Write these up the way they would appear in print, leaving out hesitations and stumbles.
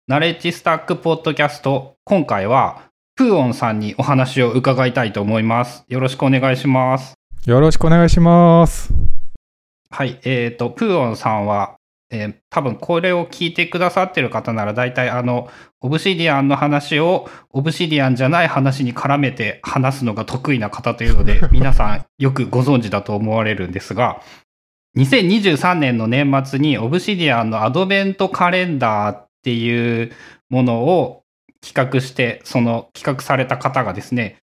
ナレッジスタックポッドキャスト。今回はプーオンさんにお話を伺いたいと思います。よろしくお願いします。 よろしくお願いします。 はい、プーオンさんは、多分これを聞いてくださってる方なら大体オブシディアンの話をオブシディアンじゃない話に絡めて話すのが得意な方というので皆さんよくご存知だと思われるんですが、2023年の年末にオブシディアンのアドベントカレンダーっていうものを企画して、その企画された方がですね、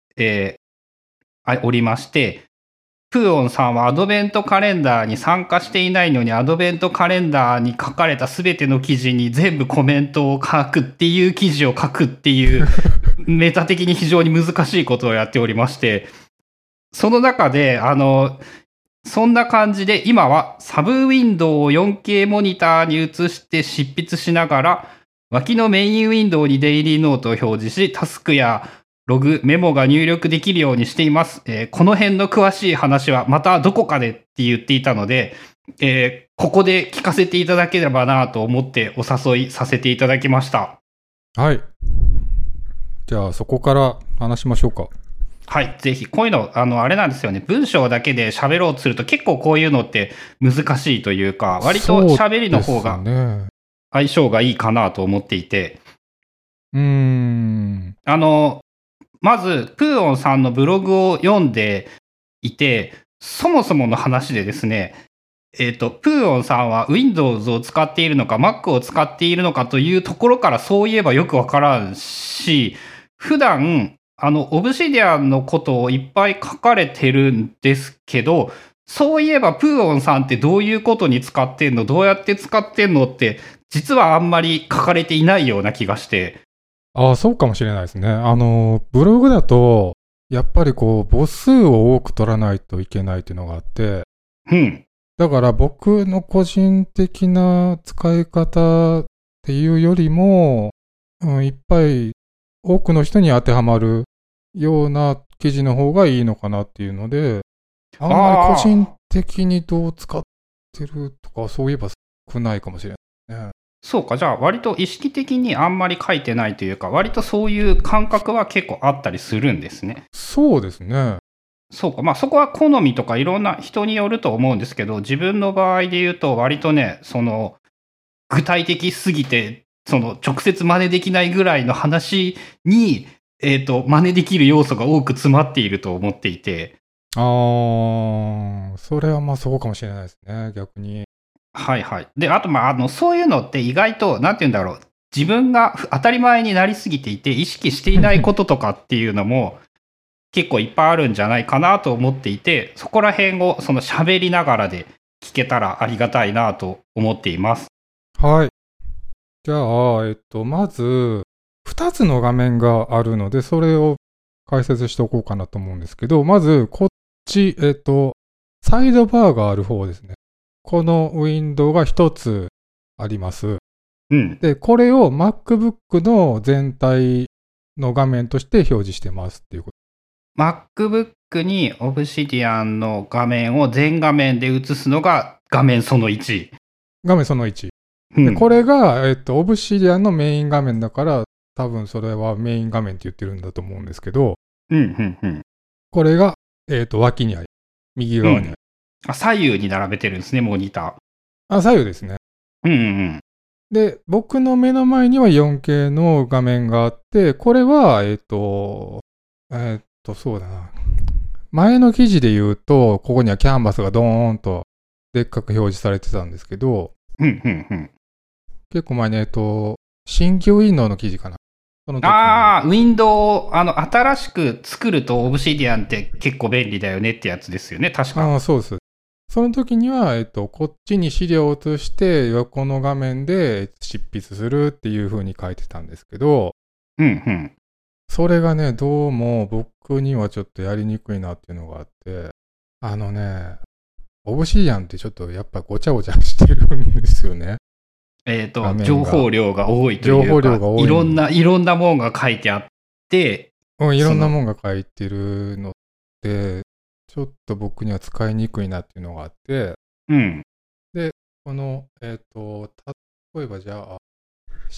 おりまして、プーオンさんはアドベントカレンダーに参加していないのに、アドベントカレンダーに書かれた全ての記事に全部コメントを書くっていう記事を書くっていうメタ的に非常に難しいことをやっておりまして、その中でそんな感じで今はサブウィンドウを 4K モニターに映して執筆しながら、脇のメインウィンドウにデイリーノートを表示し、タスクやログ、メモが入力できるようにしています。この辺の詳しい話はまたどこかでって言っていたので、ここで聞かせていただければなと思ってお誘いさせていただきました。 はい。じゃあそこから話しましょうか。 はい、ぜひ。こういうの、あれなんですよね。文章だけで喋ろうとすると結構こういうのって難しいというか、割と喋りの方が相性がいいかなと思っていて。まず、プーオンさんのブログを読んでいて、そもそもの話でですね、プーオンさんは Windows を使っているのか Mac を使っているのかというところからそういえばよくわからんし、普段オブシディアンのことをいっぱい書かれてるんですけど、そういえばプーオンさんってどういうことに使ってんの、どうやって使ってんのって実はあんまり書かれていないような気がして。 ああ、そうかもしれないですね。ブログだとやっぱりこう母数を多く取らないといけないっていうのがあって、 うん。 だから僕の個人的な使い方っていうよりも、いっぱい多くの人に当てはまるような記事の方がいいのかなっていうので、あんまり個人的にどう使ってるとかそういえば少ないかもしれないね。 そうか、じゃあ割と意識的にあんまり書いてないというか、割とそういう感覚は結構あったりするんですね。 そうですね。 そうか、まあそこは好みとかいろんな人によると思うんですけど、自分の場合で言うと割とね、具体的すぎて、直接真似できないぐらいの話に、真似できる要素が多く詰まっていると思っていて。 それはまあそうかもしれないですね、逆に。 はいはい。で、あとそういうのって意外と、なんて言うんだろう。自分が当たり前になりすぎていて、意識していないこととかっていうのも、結構いっぱいあるんじゃないかなと思っていて、そこら辺を喋りながらで聞けたらありがたいなと思っています。 はい。じゃあ、まず、2つの画面があるので、それを解説しておこうかなと思うんですけど、まず、こっち、サイドバーがある方ですね。このウィンドウが1つあります。 うん。 で、これを MacBook の全体の画面として表示してますっていうこと。 MacBook に Obsidian の画面を全画面で映すのが画面その1。 画面その1。 うん、 でこれが、Obsidian のメイン画面だから、多分それはメイン画面って言ってるんだと思うんですけど、これが、脇にあり、右側にあり、 左右に並べてるんですね、モニター。左右ですね。で、僕の目の前には 4K の画面があって、これは、そうだな。前の記事で言うと、ここにはキャンバスがドーンとでっかく表示されてたんですけど、結構前に、新規ウィンドウの記事かな。 ウィンドウを新しく作るとオブシディアンって結構便利だよねってやつですよね、確か。 そうです。その時には、こっちに資料を移して、横の画面で執筆するっていう風に書いてたんですけど、それがね、どうも僕にはちょっとやりにくいなっていうのがあって、オブシディアンってちょっとやっぱごちゃごちゃしてるんですよね。 情報量が多いというか、情報量が多い。いろんなもんが書いてあって、 いろんなもんが書いてるので、ちょっと僕には使いにくいなっていうのがあって、で、この、例えばじゃあ、執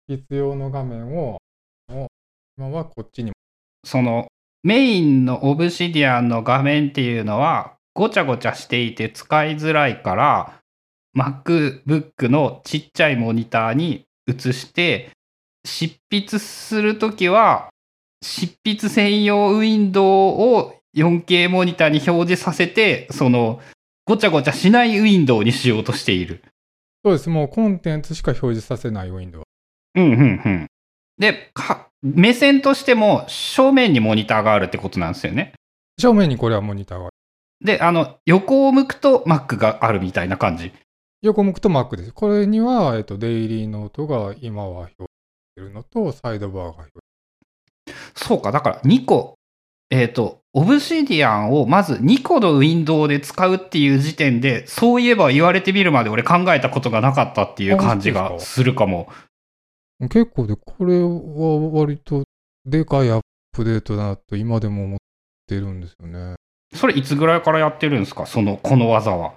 筆用の画面を今はこっちに。 そのメインのオブシディアンの画面っていうのはごちゃごちゃしていて使いづらいから MacBook のちっちゃいモニターに移して執筆するときは執筆専用ウィンドウを 4K モニターに表示させてそのごちゃごちゃしないウィンドウにしようとしている。 そうです。もうコンテンツしか表示させないウィンドウ。 で目線としても正面にモニターがあるってことなんですよね。 正面にこれはモニターがある。 で、横を向くと Mac があるみたいな感じ。 横向くと Mac です。これには、デイリーノートが今は表示しているのと、サイドバーが表示。 そうか、だから2個、オブシディアンをまず2個のウィンドウで使うっていう時点で、そういえば言われてみるまで俺考えたことがなかったっていう感じがするかも。 結構で、これは割とでかいアップデートだなと今でも思ってるんですよね。 それいつぐらいからやってるんですか、この技は。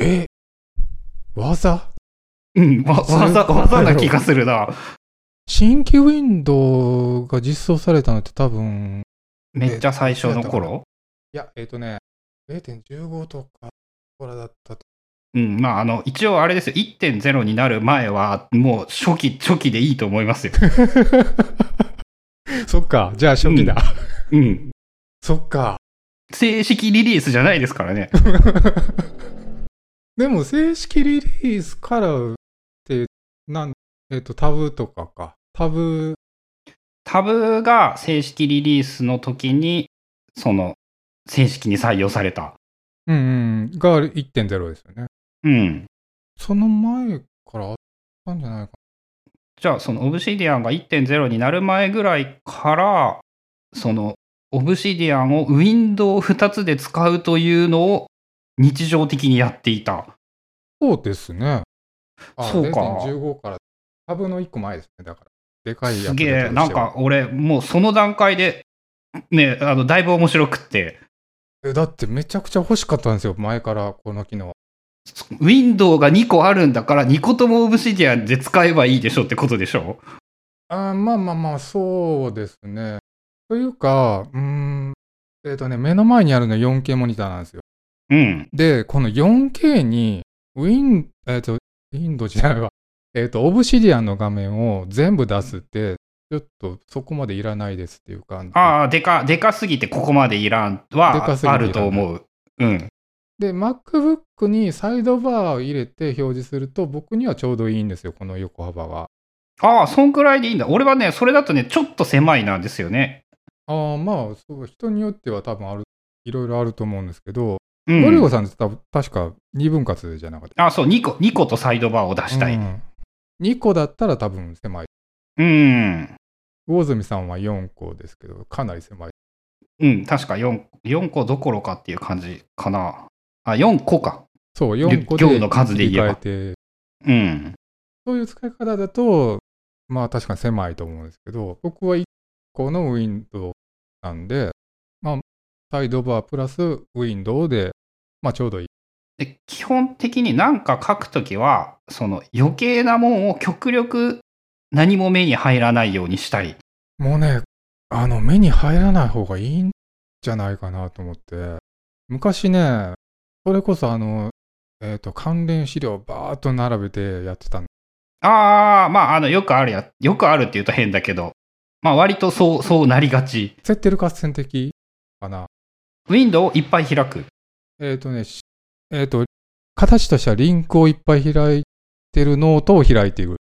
技？ 技な気がするな。 新規ウィンドウが実装されたのって多分めっちゃ最初の頃？ いや、0.15 とかこれだったと。 まあ一応あれですよ、1.0 になる前はもう初期でいいと思いますよ。 そっか、じゃあ初期だ。そっか。 正式リリースじゃないですからね。 でも正式リリースからってタブとかか。タブが正式リリースの時に正式に採用された。 が 1.0 ですよね。その前からあったんじゃないかな。 じゃあそのオブシディアンが 1.0 になる前ぐらいからそのオブシディアンをウィンドウ2つで使うというのを日常的にやっていた。 そうですね。 そうか。 0.15 からタブの1個前ですね。だからでかいやつ。 すげえ、なんか俺もうその段階でね、だいぶ面白くって。 だってめちゃくちゃ欲しかったんですよ、前からこの機能。 ウィンドウが2個あるんだから2個ともオブシディアンで使えばいいでしょってことでしょ。 まあそうですね。というか目の前にあるのは 4K モニターなんですよ。でこの 4K にウィンドウじゃないわオブシディアンの画面を全部出すってちょっとそこまでいらないですっていう感じ。 でかすぎてここまでいらんはあると思う。 で MacBook にサイドバーを入れて表示すると僕にはちょうどいいんですよ、この横幅が。 そんくらいでいいんだ。俺はねそれだとねちょっと狭いなんですよね。 まあそう人によっては多分いろいろあると思うんですけど、ゴリゴさんって確か2分割じゃなかった。 そう、2個とサイドバーを出したい。 2個だったら多分狭い。魚住さんは4個ですけどかなり狭い。 確か4個どころかっていう感じかな。4個か。 そう、4個で行の数で言えば。 そういう使い方だとまあ確かに狭いと思うんですけど、僕は1個のウィンドウなんで、サイドバープラスウィンドウで、ちょうどいい。 で基本的に何か書くときはその余計なもんを極力何も目に入らないようにしたい。 もうね目に入らない方がいいんじゃないかなと思って、昔ねそれこそ関連資料をバーッと並べてやってたんで。 よくあるって言うと変だけど、割とそうなりがち。 セッテル合戦的かな。 ウィンドウをいっぱい開く。 形としてはリンクをいっぱい開いてるノートを開いている。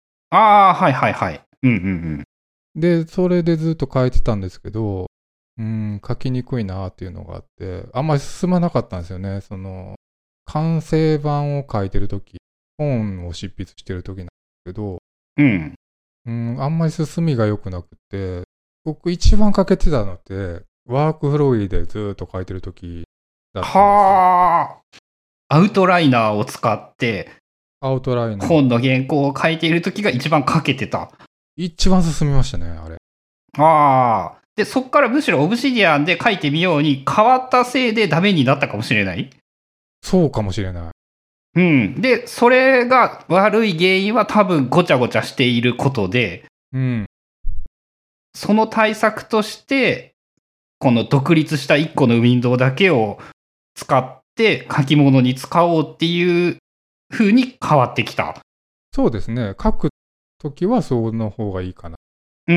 でそれでずっと書いてたんですけど、書きにくいなっていうのがあってあんまり進まなかったんですよね。その完成版を書いてる時、本を執筆してる時なんですけど、あんまり進みが良くなくて、僕一番書けてたのってワークフローでずっと書いてる時だったんですよ。 アウトライナーを使って本の原稿を書いている時が一番書けてた。 一番進みましたね、あれ。 でそっからむしろオブシディアンで書いてみように変わったせいでダメになったかもしれない。 そうかもしれない。 でそれが悪い原因は多分ごちゃごちゃしていることで、 うん。 その対策として、この独立した1個のウィンドウだけを使って書き物に使おうっていう風に変わってきた。 そうですね。書くときはその方がいいかな。 うん。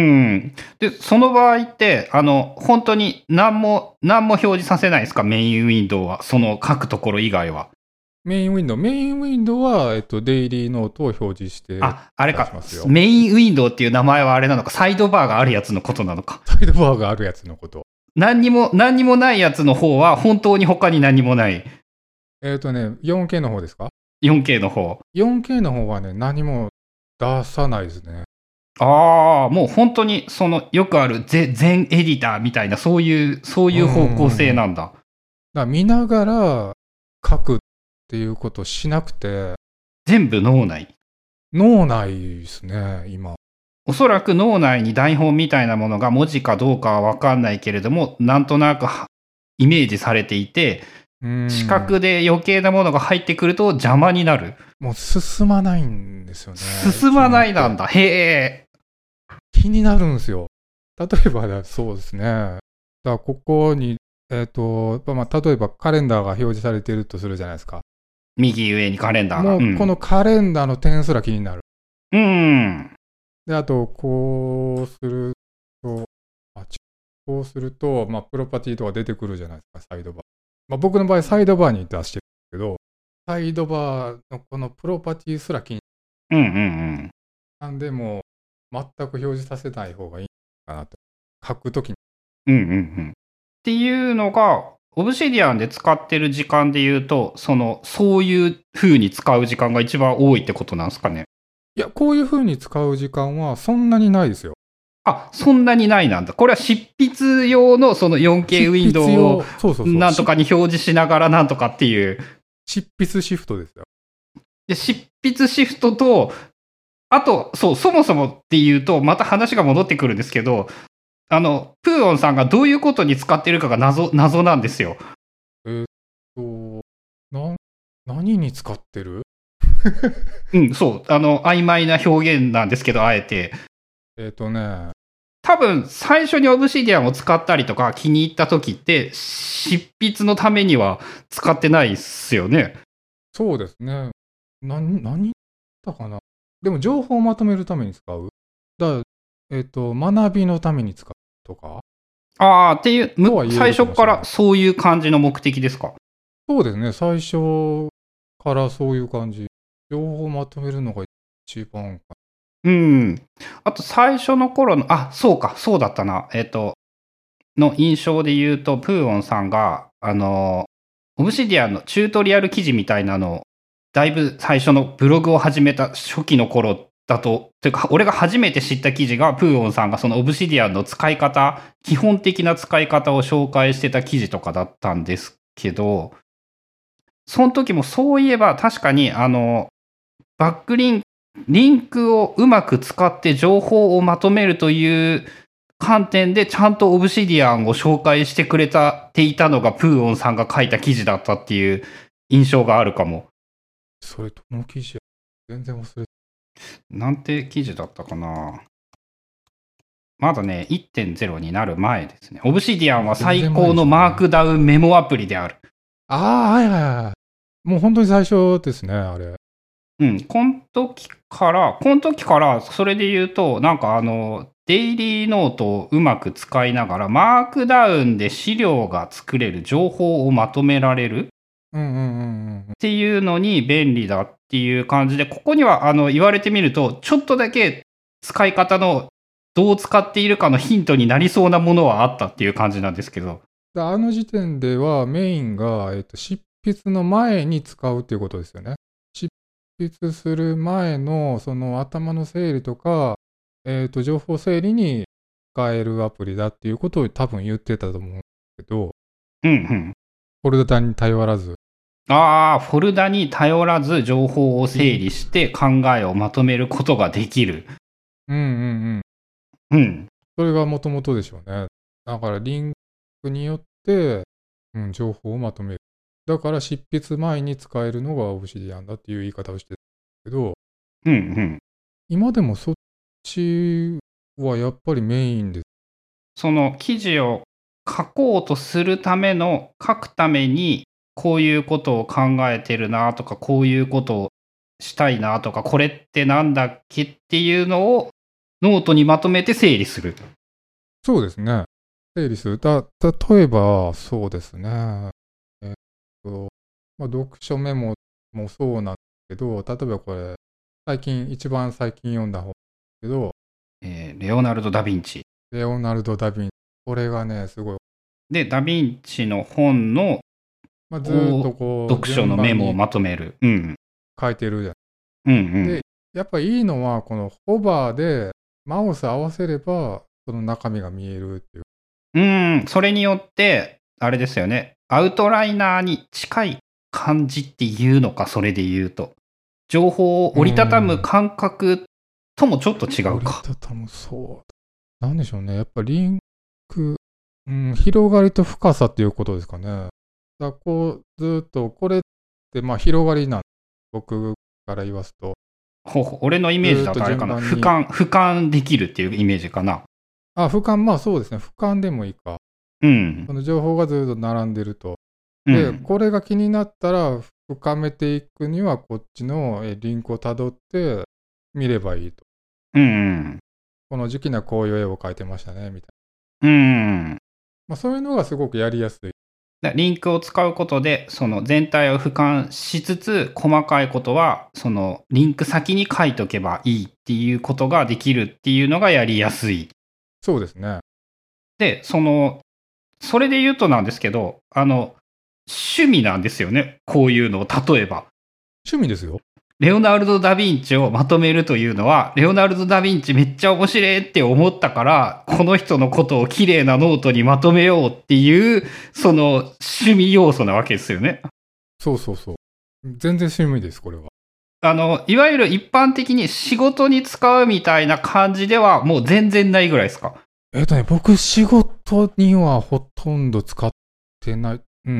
で、その場合って、本当に何も表示させないですか、メインウィンドウは。その書くところ以外は。 メインウィンドウは、デイリーノートを表示してあれか。メインウィンドウっていう名前はあれなのか、サイドバーがあるやつのことなのか。 サイドバーがあるやつのこと。 何にもないやつの方は、本当に他に何もない。 4K の方ですか？ 4K の方。 4K の方はね、何も出さないですね。 ああ、もう本当に、よくある全エディターみたいな、そういう方向性なんだ。 だから見ながら書くっていうことをしなくて。 全部脳内ですね、今。 おそらく脳内に台本みたいなものが文字かどうかはわかんないけれども、なんとなくイメージされていて、視覚で余計なものが入ってくると邪魔になる。 もう進まないんですよね。 進まないなんだ。へえ。 気になるんですよ。例えばそうですね。だからここに、例えばカレンダーが表示されているとするじゃないですか。 右上にカレンダーが。 もうこのカレンダーの点すら気になる。で、あと、こうすると、プロパティとか出てくるじゃないですか、サイドバー。僕の場合、サイドバーに出してるけど、サイドバーのこのプロパティすら気になる。なんで、もう、全く表示させない方がいいかなと。書くときに。 っていうのが、オブシディアンで使ってる時間で言うと、そういう風に使う時間が一番多いってことなんですかね。 いや、こういう風に使う時間はそんなにないですよ。 あ、そんなにないなんだ。これは執筆用のその 4K ウィンドウをなんとかに表示しながらなんとかっていう。 執筆シフトですよ。 で、執筆シフトと、あと、そもそもっていうと、また話が戻ってくるんですけど、プーオンさんがどういうことに使ってるかが謎なんですよ。 何に使ってる？ そう。曖昧な表現なんですけど、あえて。多分、最初にオブシディアンを使ったりとか気に入った時って、執筆のためには使ってないっすよね。 そうですね。何だかな。でも、情報をまとめるために使う？学びのために使うとか？ っていう、最初からそういう感じの目的ですか？ そうですね。最初からそういう感じ。情報をまとめるのが一番か。 あと最初の頃の、そうだったな。の印象で言うと、プーオンさんが、オブシディアンのチュートリアル記事みたいなのを、だいぶ最初のブログを始めた初期の頃だと、というか、俺が初めて知った記事が、プーオンさんがそのオブシディアンの使い方、基本的な使い方を紹介してた記事とかだったんですけど、その時もそういえば確かに、バックリンクをうまく使って情報をまとめるという観点でちゃんとオブシディアンを紹介してくれていたのがプーオンさんが書いた記事だったっていう印象があるかも。 それどの記事や？全然忘れた。 なんて記事だったかな。まだね、1.0 になる前ですね。オブシディアンは最高のマークダウンメモアプリである。 はいはいはい。もう本当に最初ですね、あれ。 この時からそれで言うと、なんかデイリーノートをうまく使いながら、マークダウンで資料が作れる、情報をまとめられるっていうのに便利だっていう感じで、ここには言われてみると、ちょっとだけ使い方のどう使っているかのヒントになりそうなものはあったっていう感じなんですけど。 あの時点ではメインが、執筆の前に使うっていうことですよね。執筆する前のその頭の整理とか、情報整理に使えるアプリだっていうことを多分言ってたと思うんですけど、フォルダに頼らず。 フォルダに頼らず情報を整理して考えをまとめることができる。 それがもともとでしょうね。だからリンクによって、情報をまとめる。だから執筆前に使えるのがオブシディアンだっていう言い方をしてるけど、今でもそっちはやっぱりメインです。 その記事を書こうとするための、書くために、こういうことを考えてるなとか、こういうことをしたいなとか、これってなんだっけっていうのをノートにまとめて整理する。 そうですね。整理する。例えば、そうですね。読書メモもそうなんですけど、例えばこれ、一番最近読んだ本ですけど、 レオナルド・ダ・ヴィンチ。 レオナルド・ダ・ヴィンチ。これがね、すごい。 で、ダ・ヴィンチの本の、 ずっとこう、 読書のメモをまとめる。 書いてるじゃん。で、やっぱいいのは、このホバーでマウス合わせれば、その中身が見えるっていう。 それによって、あれですよね。アウトライナーに近い感じっていうのか、それで言うと。情報を折りたたむ感覚ともちょっと違うか。 折りたたむ、そう。なんでしょうね。やっぱリンク、広がりと深さっていうことですかね。こう、ずっと、これって、広がりなん僕から言わすと。 俺のイメージだとあれかな。俯瞰できるっていうイメージかな。 俯瞰、そうですね。俯瞰でもいいか。その情報がずっと並んでると。で、これが気になったら、深めていくには、こっちのリンクをたどって見ればいいと。この時期にはこういう絵を描いてましたね、みたいな。そういうのがすごくやりやすい。 リンクを使うことで、その全体を俯瞰しつつ、細かいことは、そのリンク先に書いとけばいいっていうことができるっていうのがやりやすい。 そうですね。 で、それで言うとなんですけど、趣味なんですよね。こういうのを例えば。 趣味ですよ。 レオナルド・ダ・ヴィンチをまとめるというのは、レオナルド・ダ・ヴィンチめっちゃ面白いって思ったから、この人のことを綺麗なノートにまとめようっていう、その趣味要素なわけですよね。 そう。全然趣味です、これは。 いわゆる一般的に仕事に使うみたいな感じではもう全然ないぐらいですか？ 僕仕事にはほとんど使ってない。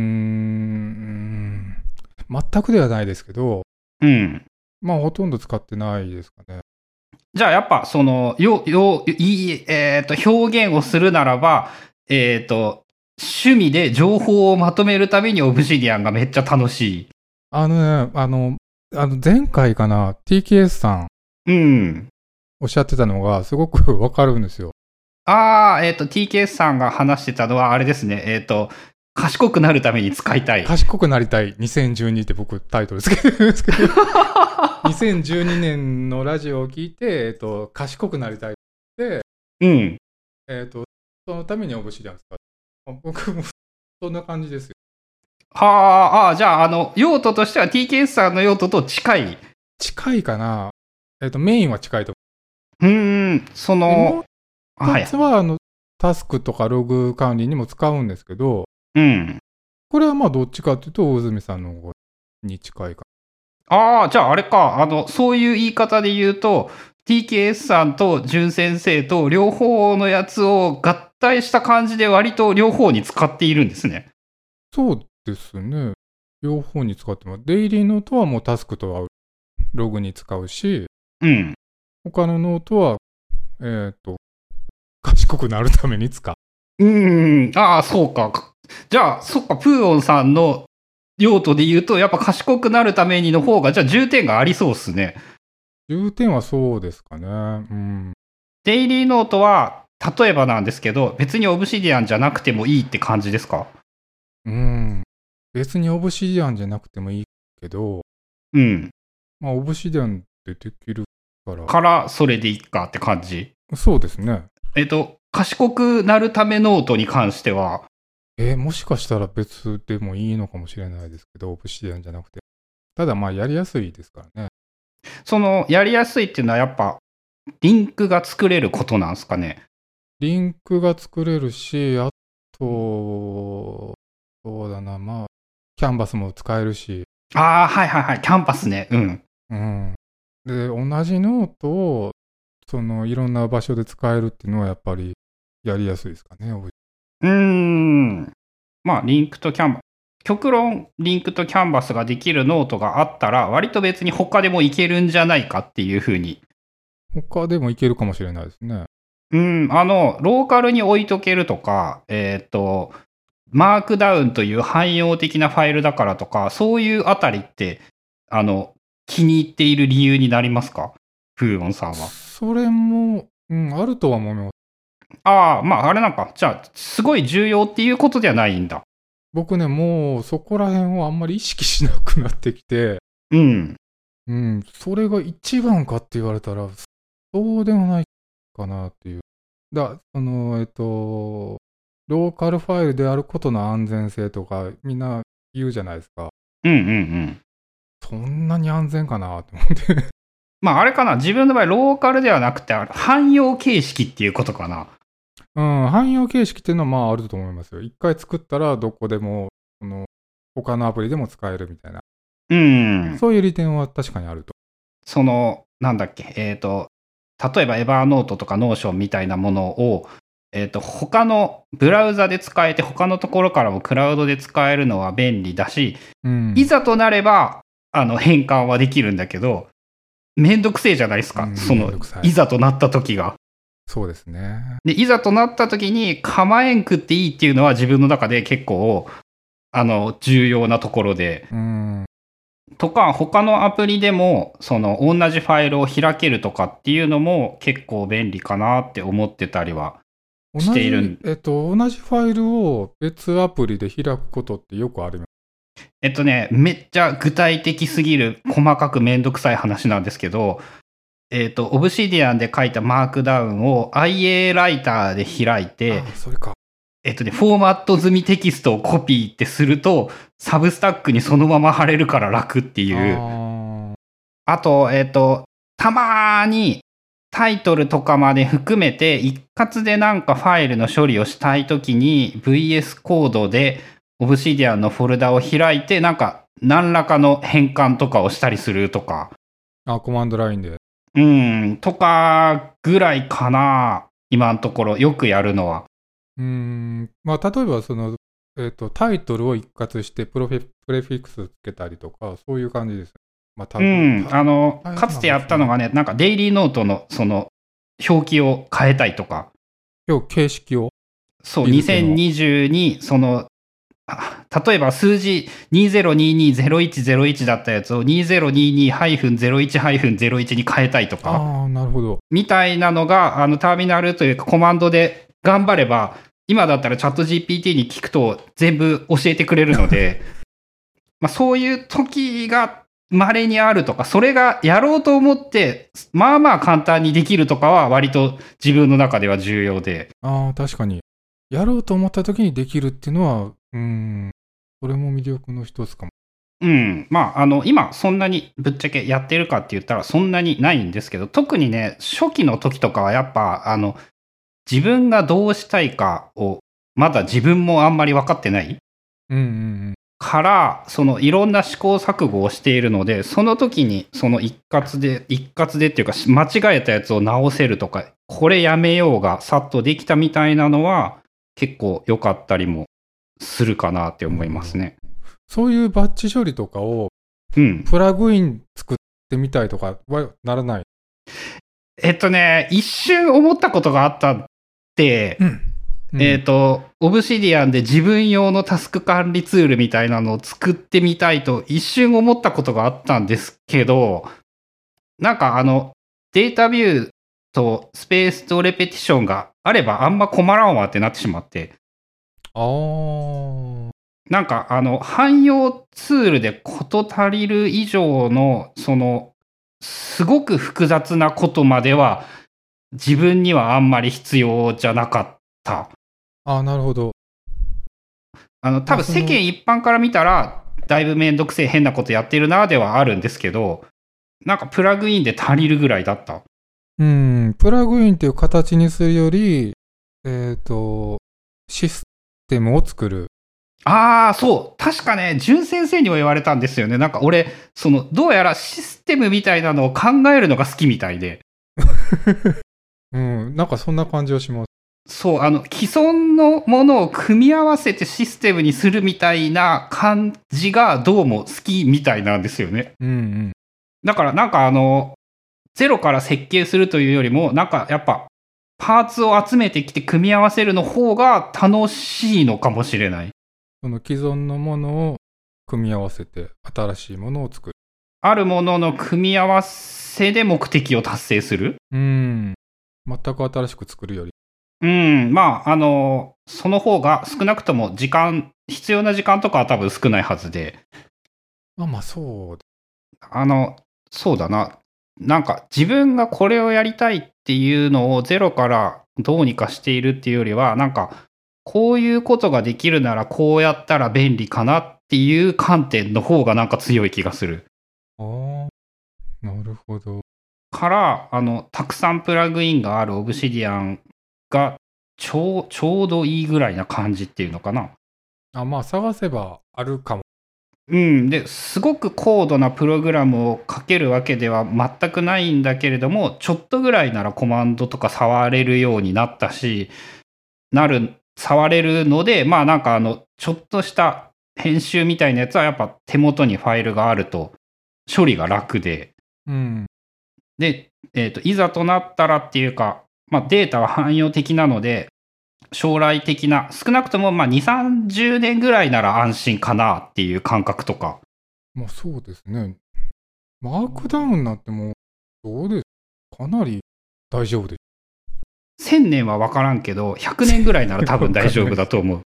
全くではないですけど、ほとんど使ってないですかね。 じゃあやっぱその表現をするならば、趣味で情報をまとめるためにオブシディアンがめっちゃ楽しい。 前回かな TKS さん、おっしゃってたのがすごくわかるんですよ。 TKS さんが話してたのはあれですね。賢くなるために使いたい。 賢くなりたい2012って僕タイトルつけてるんですけど2012年のラジオを聞いて、賢くなりたいって、そのためにオブシディアン使って、僕もそんな感じですよ。 じゃあ、用途としては TKS さんの用途と近い。 近いかな。メインは近いと思う。もう一つは、タスクとかログ管理にも使うんですけど、これはどっちかというと、大泉さんの方に近いか。 じゃああれか。そういう言い方で言うと、TKS さんと淳先生と両方のやつを合体した感じで割と両方に使っているんですね。 そうですね。両方に使ってます。デイリーノートはもうタスクとはログに使うし、他のノートは、賢くなるために使う。 そうか。じゃあ、そっか、プーオンさんの用途で言うと、やっぱ賢くなるためにの方が、じゃあ重点がありそうっすね。 重点はそうですかね。 デイリーノートは、例えばなんですけど、別にオブシディアンじゃなくてもいいって感じですか？ 別にオブシディアンじゃなくてもいいけど、オブシディアンってできるから。 それでいいかって感じ。 そうですね。 賢くなるためノートに関しては。 もしかしたら別でもいいのかもしれないですけど、オブシディアンじゃなくて。ただやりやすいですからね。 やりやすいっていうのはやっぱ、リンクが作れることなんですかね。 リンクが作れるし、あと、そうだな、キャンバスも使えるし。 キャンバスね。 で、同じノートを、いろんな場所で使えるっていうのはやっぱりやりやすいですかね。 リンクとキャンバス。極論、リンクとキャンバスができるノートがあったら、割と別に他でもいけるんじゃないかっていうふうに。 他でもいけるかもしれないですね。 ローカルに置いとけるとか、マークダウンという汎用的なファイルだからとか、そういうあたりって、気に入っている理由になりますか？プーオンさんは。 それも、あるとは思います。 あれなんか、じゃあ、すごい重要っていうことではないんだ。 僕ね、もうそこら辺をあんまり意識しなくなってきて、それが一番かって言われたら、そうでもないかなっていう。ローカルファイルであることの安全性とか、みんな言うじゃないですか。そんなに安全かなって思って。 あれかな、自分の場合、ローカルではなくて、汎用形式っていうことかな。 汎用形式っていうのはあると思いますよ。一回作ったらどこでも、他のアプリでも使えるみたいな。そういう利点は確かにあると。 なんだっけ、例えばエヴァーノートとかノーションみたいなものを、他のブラウザで使えて、他のところからもクラウドで使えるのは便利だし、いざとなれば、変換はできるんだけど、めんどくせえじゃないですか。いざとなった時が。 そうですね。 で、いざとなった時に構えんくっていいっていうのは自分の中で結構、重要なところで。とか、他のアプリでも、同じファイルを開けるとかっていうのも結構便利かなって思ってたりはしている。 同じファイルを別アプリで開くことってよくあります。 めっちゃ具体的すぎる、細かくめんどくさい話なんですけど、オブシディアンで書いたマークダウンを IA ライターで開いて、 それか。 フォーマット済みテキストをコピーってすると、サブスタックにそのまま貼れるから楽っていう。あと、たまにタイトルとかまで含めて、一括でなんかファイルの処理をしたいときに VS コードでオブシディアンのフォルダを開いて、なんか何らかの変換とかをしたりするとか。 コマンドラインで。 とかぐらいかな。今のところよくやるのは。 例えばタイトルを一括してプレフィックスつけたりとか、そういう感じです。 かつてやったのがね、なんかデイリーノートの表記を変えたいとか。 形式を？ そう、2022、例えば数字 2022-0101 だったやつを 2022-01-01 に変えたいとか。 なるほど。 みたいなのが、ターミナルというかコマンドで頑張れば、今だったらチャット GPT に聞くと全部教えてくれるので、そういう時が稀にあるとか、それがやろうと思って、まあまあ簡単にできるとかは割と自分の中では重要で。 確かに。やろうと思った時にできるっていうのは、それも魅力の一つかも。 今そんなにぶっちゃけやってるかって言ったらそんなにないんですけど、特にね、初期の時とかはやっぱ、自分がどうしたいかを、まだ自分もあんまり分かってない。から、いろんな試行錯誤をしているので、その時に、一括でっていうか、間違えたやつを直せるとか、これやめようが、さっとできたみたいなのは、結構良かったりもするかなって思いますね。 そういうバッチ処理とかを、プラグイン作ってみたいとかはならない？ 一瞬思ったことがあったって、オブシディアンで自分用のタスク管理ツールみたいなのを作ってみたいと一瞬思ったことがあったんですけど、なんかデータビューとスペースとレペティションがあればあんま困らんわってなってしまって。なんか汎用ツールで事足りる以上のすごく複雑なことまでは自分にはあんまり必要じゃなかった。 なるほど。 多分世間一般から見たらだいぶめんどくせえ変なことやってるなではあるんですけど、なんかプラグインで足りるぐらいだった。 プラグインっていう形にするより、システムを作る。 そう。確かね、淳先生にも言われたんですよね。なんか俺、どうやらシステムみたいなのを考えるのが好きみたいで。 なんかそんな感じはします。 そう、既存のものを組み合わせてシステムにするみたいな感じがどうも好きみたいなんですよね。だからなんかゼロから設計するというよりも、なんかやっぱ、パーツを集めてきて組み合わせるの方が楽しいのかもしれない。 その既存のものを組み合わせて新しいものを作る。 あるものの組み合わせで目的を達成する。 全く新しく作るより。 まあ、その方が少なくとも必要な時間とかは多分少ないはずで。 まあそう。 そうだな。なんか自分がこれをやりたいっていうのをゼロからどうにかしているっていうよりは、なんかこういうことができるならこうやったら便利かなっていう観点の方がなんか強い気がする。 なるほど。 から、たくさんプラグインがあるオブシディアンがちょうどいいぐらいな感じっていうのかな。 まあ探せばあるかも。 で、すごく高度なプログラムを書けるわけでは全くないんだけれども、ちょっとぐらいならコマンドとか触れるようになったし、触れるので、まあなんかちょっとした編集みたいなやつはやっぱ手元にファイルがあると処理が楽で、で、いざとなったらっていうか、まあデータは汎用的なので、将来的な、少なくともまあ2、30年ぐらいなら安心かなっていう感覚とか。 まあそうですね。マークダウンになっても、どうですか？かなり大丈夫です。 1000年は分からんけど、100年ぐらいなら多分大丈夫だと思う。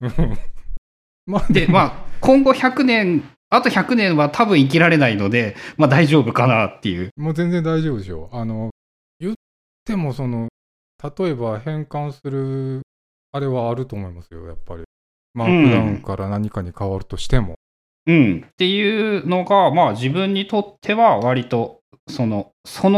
で、まあ今後100年、あと100年は多分生きられないので、まあ大丈夫かなっていう。 もう全然大丈夫でしょう。言っても例えば変換するあれはあると思いますよ、やっぱり。マークダウンから何かに変わるとしても。 っていうのが、まあ自分にとっては割と、その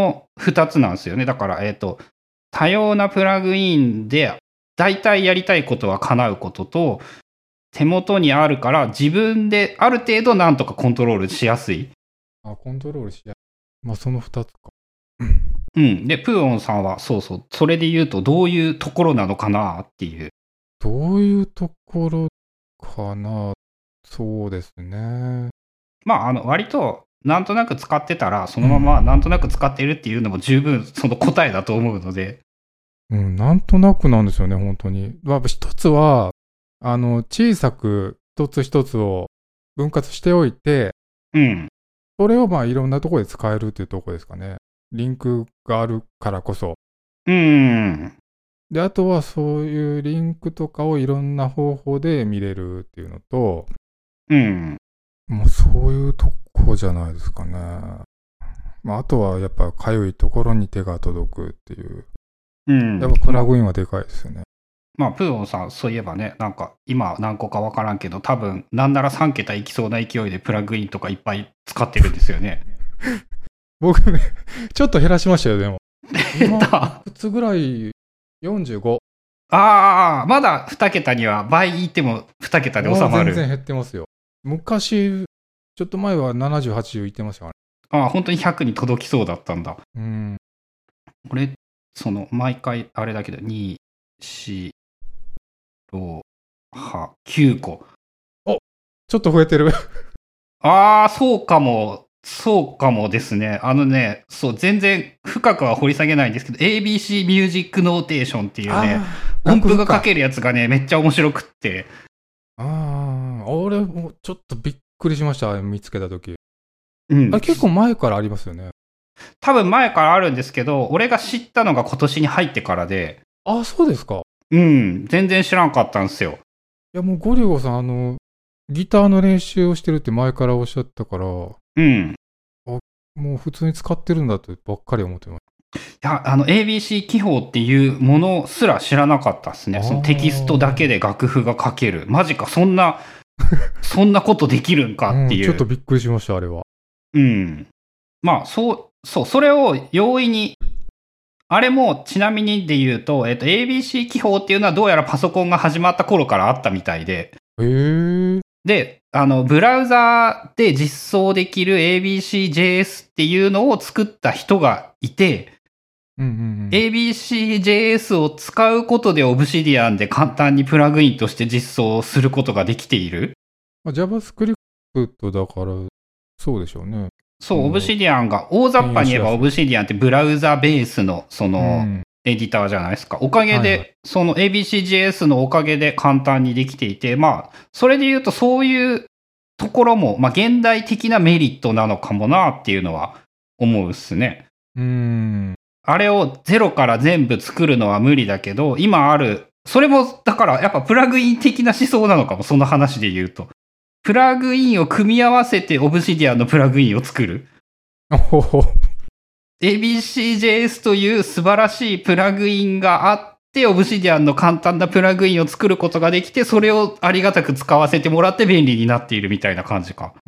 2つなんですよね。だから、多様なプラグインで、大体やりたいことは叶うことと、手元にあるから自分である程度なんとかコントロールしやすい。 コントロールしやすい。まあその2つか。 で、プーオンさんは、それで言うとどういうところなのかなっていう。 どういうところかな。そうですね。 まあ、割と、なんとなく使ってたら、そのままなんとなく使っているっていうのも十分その答えだと思うので。 なんとなくなんですよね、本当に。一つは、小さく一つ一つを分割しておいて、それをまあいろんなところで使えるっていうところですかね。リンクがあるからこそ。で、あとはそういうリンクとかをいろんな方法で見れるっていうのと、もうそういうとこじゃないですかね。まあ、あとはやっぱかゆいところに手が届くっていう。やっぱプラグインはでかいですよね。 まあ、プーオンさん、そういえばね、なんか今何個かわからんけど、多分なんなら3桁いきそうな勢いでプラグインとかいっぱい使ってるんですよね。 僕ね、ちょっと減らしましたよ、でも。 減った。 いくつぐらい ?45。 まだ2桁には倍いっても2桁で収まる。 全然減ってますよ。昔、ちょっと前は70、80いってましたからね。本当に100に届きそうだったんだ。俺、毎回あれだけど、2、4、6、9個。 ちょっと増えてる。 そうかもですね。全然深くは掘り下げないんですけど、ABC ミュージックノーテーションっていうね、音符が書けるやつがね、めっちゃ面白くって。 俺もちょっとびっくりしました、見つけたとき。結構前からありますよね。 多分前からあるんですけど、俺が知ったのが今年に入ってからで。 そうですか。 全然知らんかったんですよ。 いや、もうゴリゴさん、ギターの練習をしてるって前からおっしゃったから、もう普通に使ってるんだってばっかり思ってます。いや、ABC 記法っていうものすら知らなかったですね。そのテキストだけで楽譜が書ける。マジか、そんなことできるんかっていう。 ちょっとびっくりしました、あれは。 まあ、それを容易に、あれもちなみにで言うと、ABC 記法っていうのはどうやらパソコンが始まった頃からあったみたいで。で、ブラウザで実装できる ABCJS っていうのを作った人がいて、ABCJS を使うことで Obsidian で簡単にプラグインとして実装することができている。 JavaScript だから、そうでしょうね。 そう、オブシディアンが、大雑把に言えばオブシディアンってブラウザベースの、エディターじゃないですか。おかげで、はいはい、その ABCJS のおかげで簡単にできていて、まあ、それで言うとそういうところも、まあ、現代的なメリットなのかもなっていうのは思うっすね。あれをゼロから全部作るのは無理だけど、今ある、それも、だからやっぱプラグイン的な思想なのかも、その話で言うと。プラグインを組み合わせて Obsidian のプラグインを作る。ABCJS という素晴らしいプラグインがあって、Obsidian の簡単なプラグインを作ることができて、それをありがたく使わせてもらって便利になっているみたいな感じか。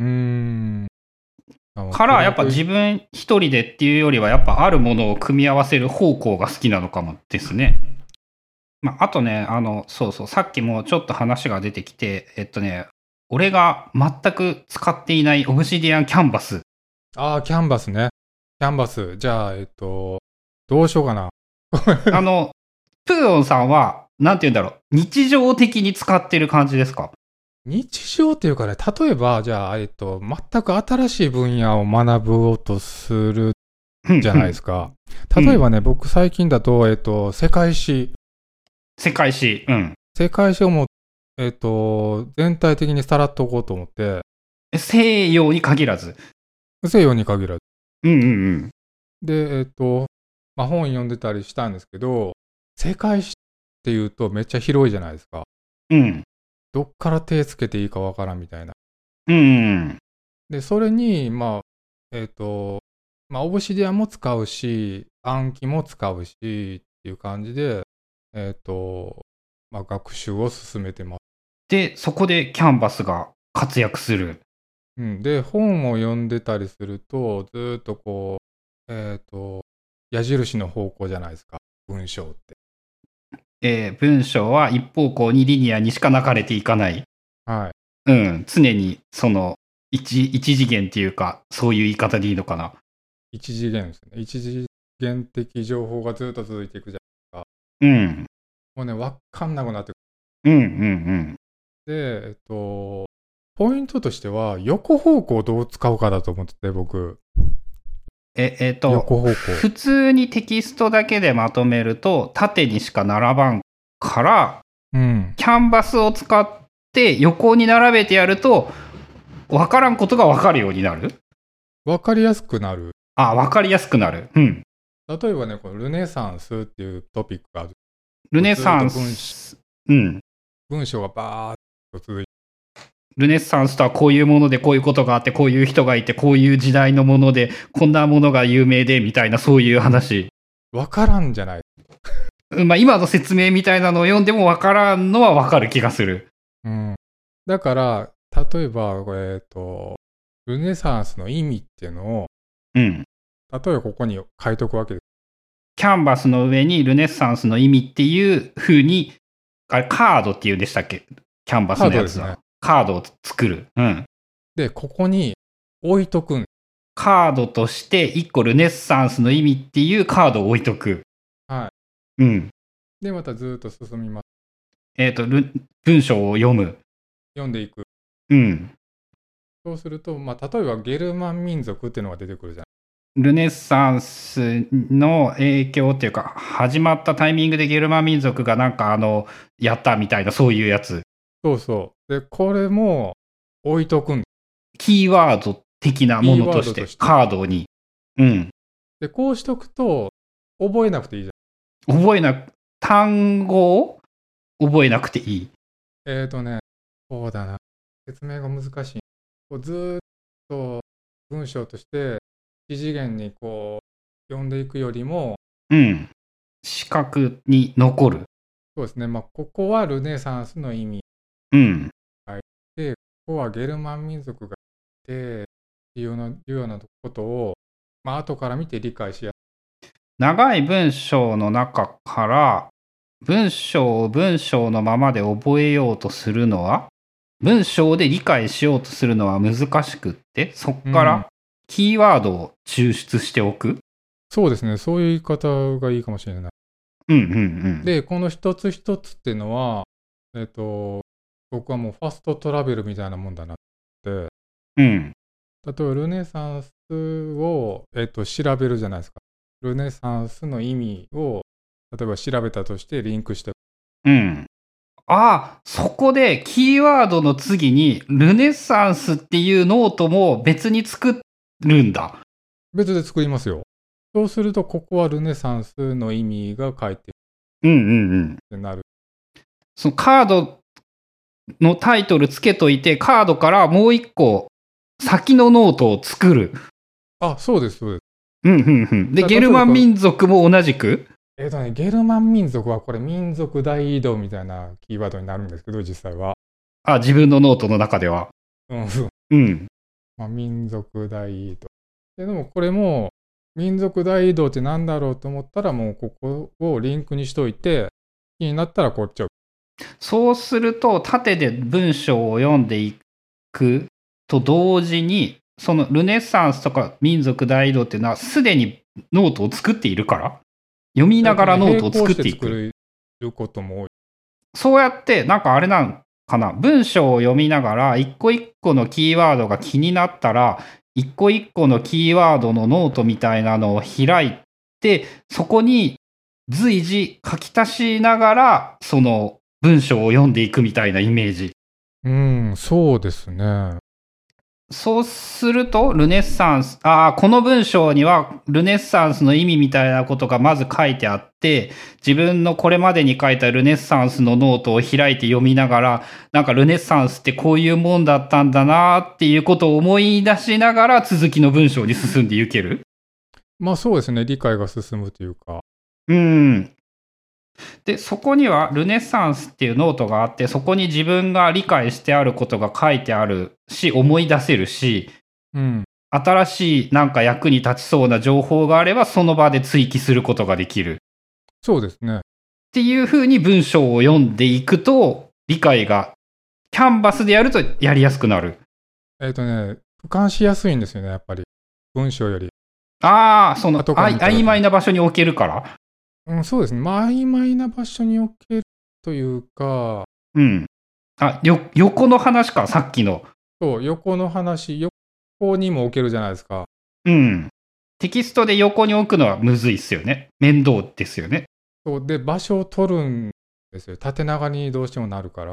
からやっぱ自分一人でっていうよりはやっぱあるものを組み合わせる方向が好きなのかもですね。まあ、あとね、そうそう、さっきもちょっと話が出てきて、俺が全く使っていないオブシディアンキャンバス。 ああ、キャンバスね。キャンバス。じゃあ、どうしようかな。 プーオンさんは、なんて言うんだろう、日常的に使ってる感じですか？ 日常っていうかね、例えば、じゃあ、全く新しい分野を学ぼうとするじゃないですか。例えばね、僕最近だと、世界史。 世界史。うん。 世界史をも全体的にさらっとおこうと思って。 西洋に限らず。 西洋に限らず。 うんうんうん。 で、まあ、本読んでたりしたんですけど、世界史っていうとめっちゃ広いじゃないですか。 うん。 どっから手つけていいかわからんみたいな。 うん。 で、それに、まあ、まあ、オブシディアンも使うし、暗記も使うし、っていう感じで、まあ、学習を進めてます。 で、そこでキャンバスが活躍する。 うん。で、本を読んでたりすると、ずっとこう、矢印の方向じゃないですか、文章って。 文章は一方向にリニアにしか流れていかない。 はい。 うん。常に、その、一次元っていうか、そういう言い方でいいのかな。 一次元ですね。一次元的情報がずっと続いていくじゃないですか。 うん。 もうね、わかんなくなってくる。うんうんうん。 で、ポイントとしては、横方向をどう使うかだと思ってて、僕。 横方向。普通にテキストだけでまとめると、縦にしか並ばんから、 うん、 キャンバスを使って横に並べてやると、わからんことがわかるようになる？ わかりやすくなる。 あ、わかりやすくなる。うん。 例えばね、このルネサンスっていうトピックがある。 ルネサンス。うん。 文章がバーっと続いて。 ルネッサンスとはこういうものでこういうことがあってこういう人がいてこういう時代のものでこんなものが有名でみたいなそういう話。 わからんじゃない。 まあ今の説明みたいなのを読んでもわからんのはわかる気がする。 うん。だから例えばこれルネサンスの意味っていうのを、 うん。 例えばここに書いとくわけです。 キャンバスの上にルネッサンスの意味っていう風にあれカードっていうんでしたっけ？キャンバスのやつの。カードを作る。うん。 で、ここに置いとくん。 カードとして1個ルネッサンスの意味っていうカードを置いとく。 はい。 うん。 で、またずっと進みます。 文章を読む。 読んでいく。 うん。 そうすると、まあ、例えばゲルマン民族っていうのが出てくるじゃん。 ルネッサンスの影響っていうか、始まったタイミングでゲルマン民族がなんかやったみたいなそういうやつ。 そうそう。で、これも置いとくん。 キーワード的なものとして、カードに。うん。 で、こうしとくと、覚えなくていいじゃん。単語を覚えなくていい。 そうだな。説明が難しい。こうずーっと文章として、一次元にこう、読んでいくよりも、 うん。視覚に残る。 そうですね。まあ、ここはルネサンスの意味。 うん。 はい。で、ここはゲルマン民族がいて、いうようなことを、まあ、後から見て理解しやすい。 長い文章の中から、文章を文章のままで覚えようとするのは、文章で理解しようとするのは難しくって、そこからキーワードを抽出しておく。 そうですね。そういう言い方がいいかもしれない。 うんうんうん。 で、この一つ一つっていうのは、僕はもうファストトラベルみたいなもんだなって。 うん。 例えばルネサンスを、調べるじゃないですか。ルネサンスの意味を例えば調べたとしてリンクして。 うん。ああ、そこでキーワードの次にルネサンスっていうノートも別に作るんだ。 別で作りますよ。そうするとここはルネサンスの意味が書いてってなる。 そのカードのタイトルつけといて、カードからもう一個先のノートを作る。 あ、そうです、そうです。 で、ゲルマン民族も同じくゲルマン民族はこれ民族大移動みたいなキーワードになるんですけど、実際は。 あ、自分のノートの中では。 まあ、民族大移動。でもこれも、民族大移動って何だろうと思ったら、もうここをリンクにしといて、気になったらこっちを。 そうすると、縦で文章を読んでいくと同時に、そのルネサンスとか民族大移動っていうのは、すでにノートを作っているから、読みながらノートを作っていく。 並行して作ることも多い。 そうやって、なんかあれなんかな、文章を読みながら、一個一個のキーワードが気になったら、一個一個のキーワードのノートみたいなのを開いて、そこに随時書き足しながら、その文章を読んでいくみたいなイメージ。 そうですね。 そうすると、ルネッサンス、この文章にはルネッサンスの意味みたいなことがまず書いてあって、自分のこれまでに書いたルネッサンスのノートを開いて読みながら、なんかルネッサンスってこういうもんだったんだなっていうことを思い出しながら続きの文章に進んでいける。 まあそうですね。理解が進むというか。 で、そこにはルネッサンスっていうノートがあって、そこに自分が理解してあることが書いてあるし、思い出せるし、新しいなんか役に立ちそうな情報があれば、その場で追記することができる。 そうですね。 っていう風に文章を読んでいくと、理解が、キャンバスでやるとやりやすくなる。 俯瞰しやすいんですよね、やっぱり。文章より。 その曖昧な場所に置けるから。 そうですね。まあ、曖昧な場所に置けるというか。 横の話か、さっきの。 そう、横の話、横にも置けるじゃないですか。 テキストで横に置くのはむずいっすよね。面倒ですよね。 そうで、場所を取るんですよ。縦長にどうしてもなるから。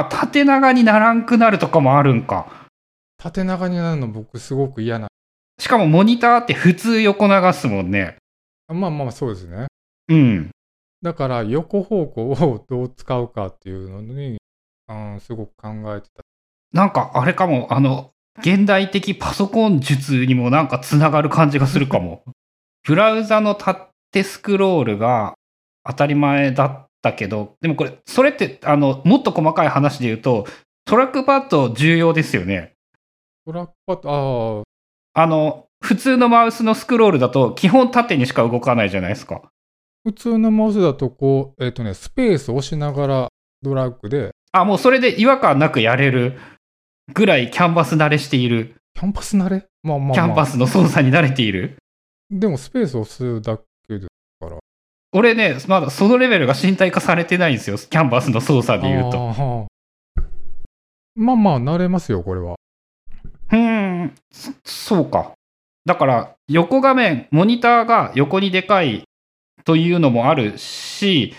縦長にならんくなるとかもあるんか。 縦長になるの僕すごく嫌な。 しかもモニターって普通横流すもんね。 まあそうですね。だから横方向をどう使うかっていうのに、すごく考えてた。 なんかあれかも、現代的パソコン術にもなんかつながる感じがするかも。ブラウザの縦スクロールが当たり前だったけど、でもこれ、それってもっと細かい話で言うと、トラックパッド重要ですよね。 トラックパッド、 普通のマウスのスクロールだと基本縦にしか動かないじゃないですか。 普通のマウスだとこう、スペースを押しながらドラッグで。 もうそれで違和感なくやれるぐらいキャンバス慣れしている。 キャンバス慣れ？ キャンバスの操作に慣れている。 でもスペースを押すだけですから。 俺ね、まだそのレベルが身体化されてないんですよ。キャンバスの操作で言うと。 まあ慣れますよ、これは。 そうか。だから横画面、モニターが横にでかいというのもあるし、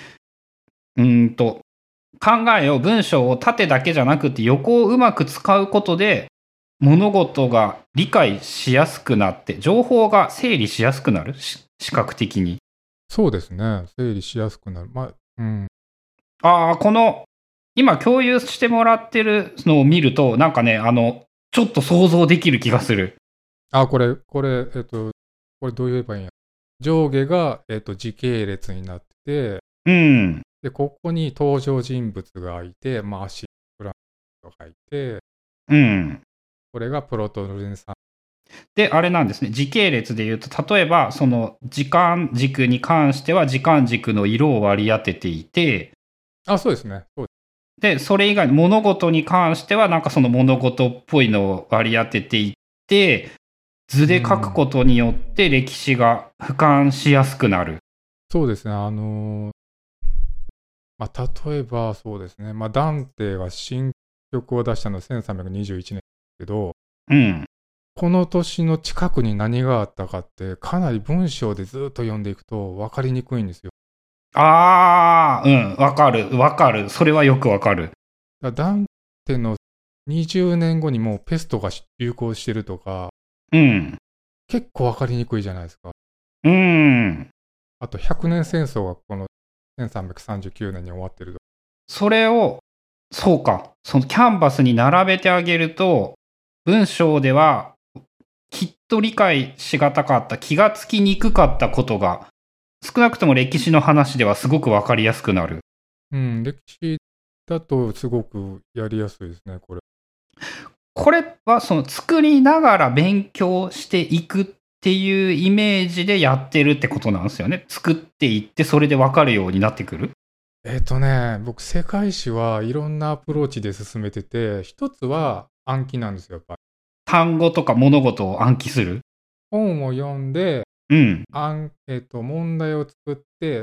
考えを文章を縦だけじゃなくて横をうまく使うことで物事が理解しやすくなって情報が整理しやすくなる、視覚的に。 そうですね。整理しやすくなる。 この今共有してもらってるのを見るとなんかね、ちょっと想像できる気がする。 これどう言えばいいんや。上下が、時系列になってて、で、ここに登場人物がいて、足、フランクがいて、これがプロトルネサンス。 で、あれなんですね。時系列で言うと、例えば、その時間軸に関しては、時間軸の色を割り当てていて、 そうですね。 で、それ以外、物事に関しては、なんかその物事っぽいのを割り当てていって、図で書くことによって歴史が俯瞰しやすくなる。 そうですね。例えばそうですね。ダンテが新曲を出したのは1321年ですけど、 うん。 この年の近くに何があったかって、かなり文章でずっと読んでいくと分かりにくいんですよ。 ああ、うん、わかる、わかる。それはよくわかる。 ダンテの20年後にもうペストが流行してるとか、 うん。 結構分かりにくいじゃないですか。 うん。 あと100年戦争がこの1339年に終わってると。 それを、そうか、そのキャンバスに並べてあげると、文章ではきっと理解しがたかった、気がつきにくかったことが、少なくとも歴史の話ではすごくわかりやすくなる。 うん、歴史だとすごくやりやすいですね、これ。 これはその作りながら勉強していくっていうイメージでやってるってことなんですよね。作っていってそれでわかるようになってくる。 僕世界史はいろんなアプローチで進めてて、一つは暗記なんですよ、やっぱり。 単語とか物事を暗記する。 本を読んで、 うん。 問題を作って、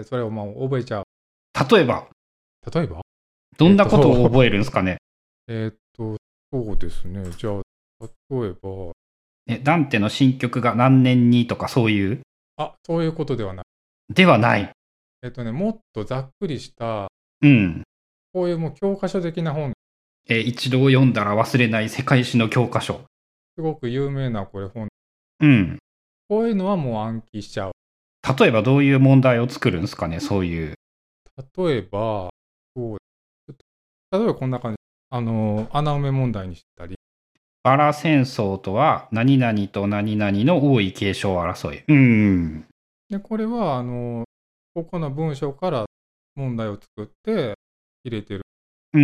それを覚えちゃう。 例えばどんなことを覚えるんですかね。 そうですね。じゃあ、例えば。 ダンテの新曲が何年にとかそういう。 そういうことではない。 ではない。 もっとざっくりした、 うん。 こういうもう教科書的な本。 一度読んだら忘れない世界史の教科書。 すごく有名なこれ本。 うん。 こういうのはもう暗記しちゃう。 例えばどういう問題を作るんですかね、そういう。 例えばこんな感じ。穴埋め問題にしたり。 バラ戦争とは何々と何々の王位継承争い。うん。 で、これは、ここの文章から問題を作って入れてる。 うん。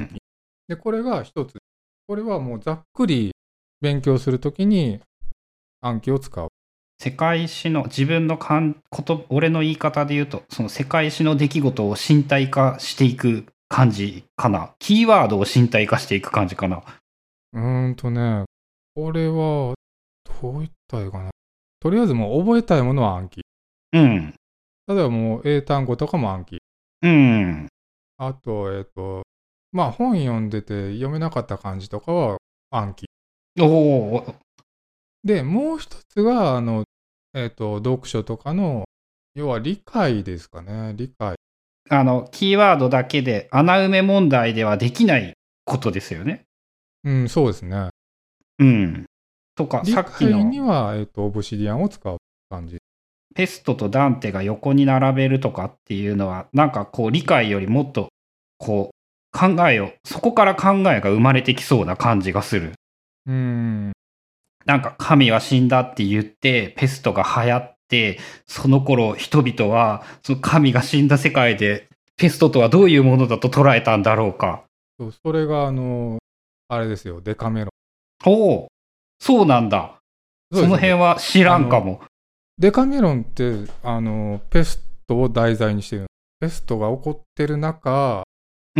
で、これが一つ。これはもうざっくり勉強するときに暗記を使う。 世界史の自分の俺の言い方で言うと、その世界史の出来事を身体化していく感じかな。キーワードを身体化していく感じかな。 これは、どういったらいいかな。とりあえずもう覚えたいものは暗記。 うん。 例えばもう英単語とかも暗記。 うん。 あと、本読んでて読めなかった漢字とかは暗記。 おお。 で、もう一つが、読書とかの、要は理解ですかね。理解。 キーワードだけで穴埋め問題ではできないことですよね。 うん、そうですね。 うん。とか、さっきの。 理解には、オブシディアンを使う感じ。 ペストとダンテが横に並べるとかっていうのは、なんかこう理解よりもっとこうそこから考えが生まれてきそうな感じがする。なんか神は死んだって言ってペストが流行って、その頃人々はその神が死んだ世界でペストとはどういうものだと捉えたんだろうか。 それがあれですよ、デカメロン。 おお、そうなんだ。その辺は知らんかも。 デカメロンってペストを題材にしてる。ペストが起こってる中、 うん。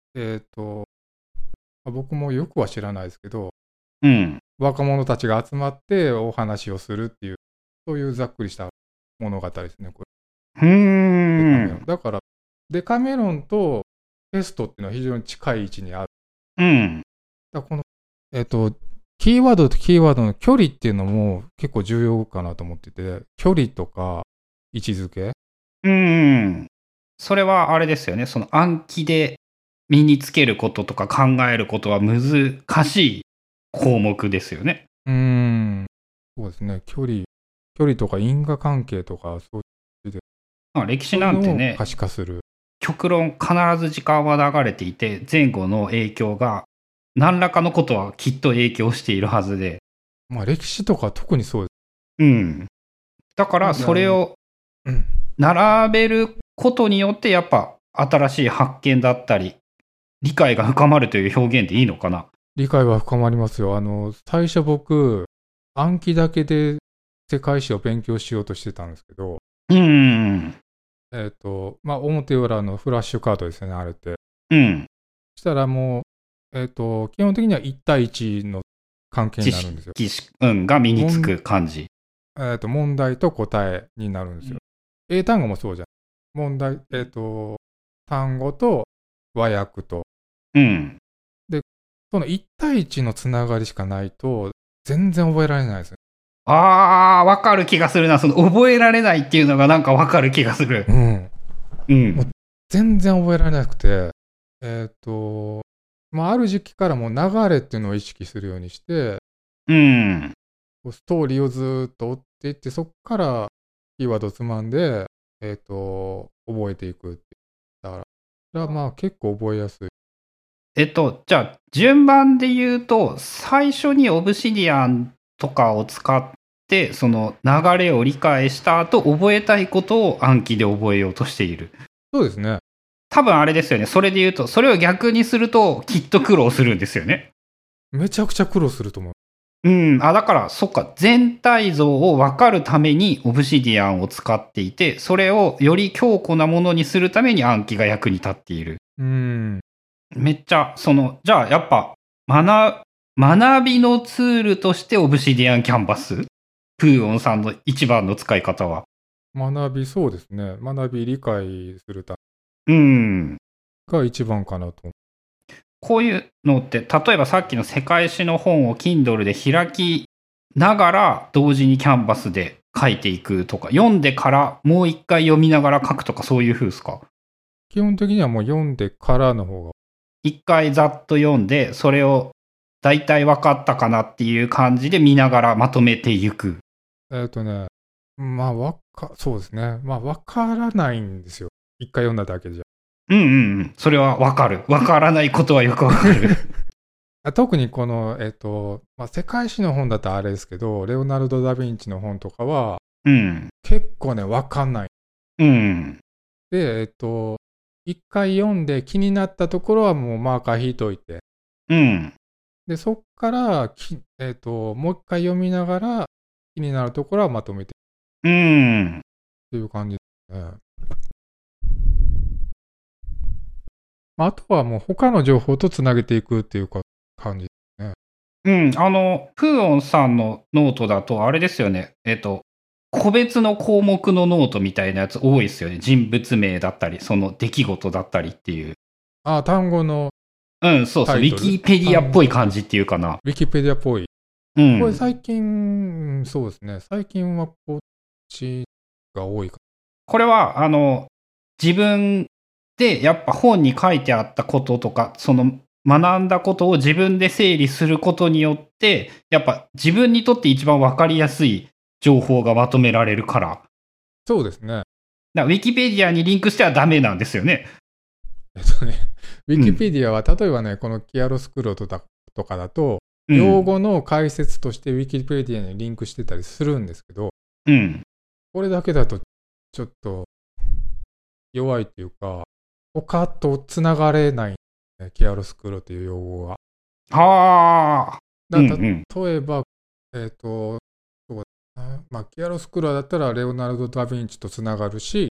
僕もよくは知らないですけど、 うん。 若者たちが集まってお話をするっていう、そういうざっくりした物語ですね、これ。だから、デカメロンとペストっていうのは非常に近い位置にある。 うん。 だこの、キーワードとキーワードの距離っていうのも結構重要かなと思ってて、距離とか位置づけ。 それはあれですよね。その暗記で身につけることとか考えることは難しい項目ですよね。 そうですね。距離とか因果関係とか、そういうで。 歴史なんてね、 可視化する。 極論必ず時間は流れていて、前後の影響が何らかのことはきっと影響しているはずで。 歴史とか特にそうです。 うん。だからそれを並べることによってやっぱ新しい発見だったり、理解が深まるという表現でいいのかな。 理解は深まりますよ。最初僕、暗記だけで世界史を勉強しようとしてたんですけど、表裏のフラッシュカードですね、あれって。そしたらもう、基本的には1対1の関係になるんですよ。 が身につく感じ。 問題と答えになるんですよ。英単語もそうじゃん。問題、単語と和訳と。で、 その1対1のつながりしかないと、全然覚えられないですよ。 わかる気がするな。その覚えられないっていうのがなんかわかる気がする。 もう全然覚えられなくて、ある時期からもう流れっていうのを意識するようにして、ストーリーをずっと追っていって、そこからキーワードをつまんで、覚えていくって。だから、それは結構覚えやすい。 じゃあ、順番で言うと、最初にオブシディアンとかを使って、その流れを理解した後、覚えたいことを暗記で覚えようとしている。 そうですね。 多分あれですよね。それで言うと、それを逆にすると、きっと苦労するんですよね。 めちゃくちゃ苦労すると思う。 だから、そっか、全体像を分かるためにオブシディアンを使っていて、それをより強固なものにするために暗記が役に立っている。めっちゃ、じゃあやっぱ、学びのツールとしてオブシディアンキャンバス？プーオンさんの一番の使い方は。 そうですね。学び理解するためが一番かなと。 こういうのって、例えばさっきの世界史の本を Kindle で開きながら、同時にキャンバスで書いていくとか、読んでからもう一回読みながら書くとか、そういう風ですか？ 基本的にはもう読んでからの方が。 一回ざっと読んで、それを大体分かったかなっていう感じで見ながらまとめていく。 そうですね。分からないんですよ。一回読んだだけじゃ。 それは分かる。分からないことはよく分かる。 特にこの、世界史の本だとあれですけど、レオナルド・ダ・ヴィンチの本とかは、結構ね、分かんない。で、一回読んで気になったところはもうマーカー引いといて。で、そっから、もう一回読みながら気になるところはまとめて。っていう感じですね。あとはもう他の情報とつなげていくっていう感じですね。 プーオンさんのノートだと、あれですよね。個別の項目のノートみたいなやつ多いですよね。人物名だったり、その出来事だったりっていう。 単語の。 そうそう。ウィキペディアっぽい感じっていうかな。 ウィキペディアっぽい。これ最近、そうですね。最近はこっちが多いか。 これは、自分でやっぱ本に書いてあったこととか、その学んだことを自分で整理することによって、やっぱ自分にとって一番わかりやすい情報がまとめられるから。 そうですね。 ウィキペディアにリンクしてはダメなんですよね。 ウィキペディアは、例えばね、このキアロスクロとかだと、用語の解説としてウィキペディアにリンクしてたりするんですけど、これだけだとちょっと弱いっていうか、他とつながれない、ね、キアロスクロという用語が。例えば、キアロスクロだったらレオナルド・ダ・ヴィンチとつながるし、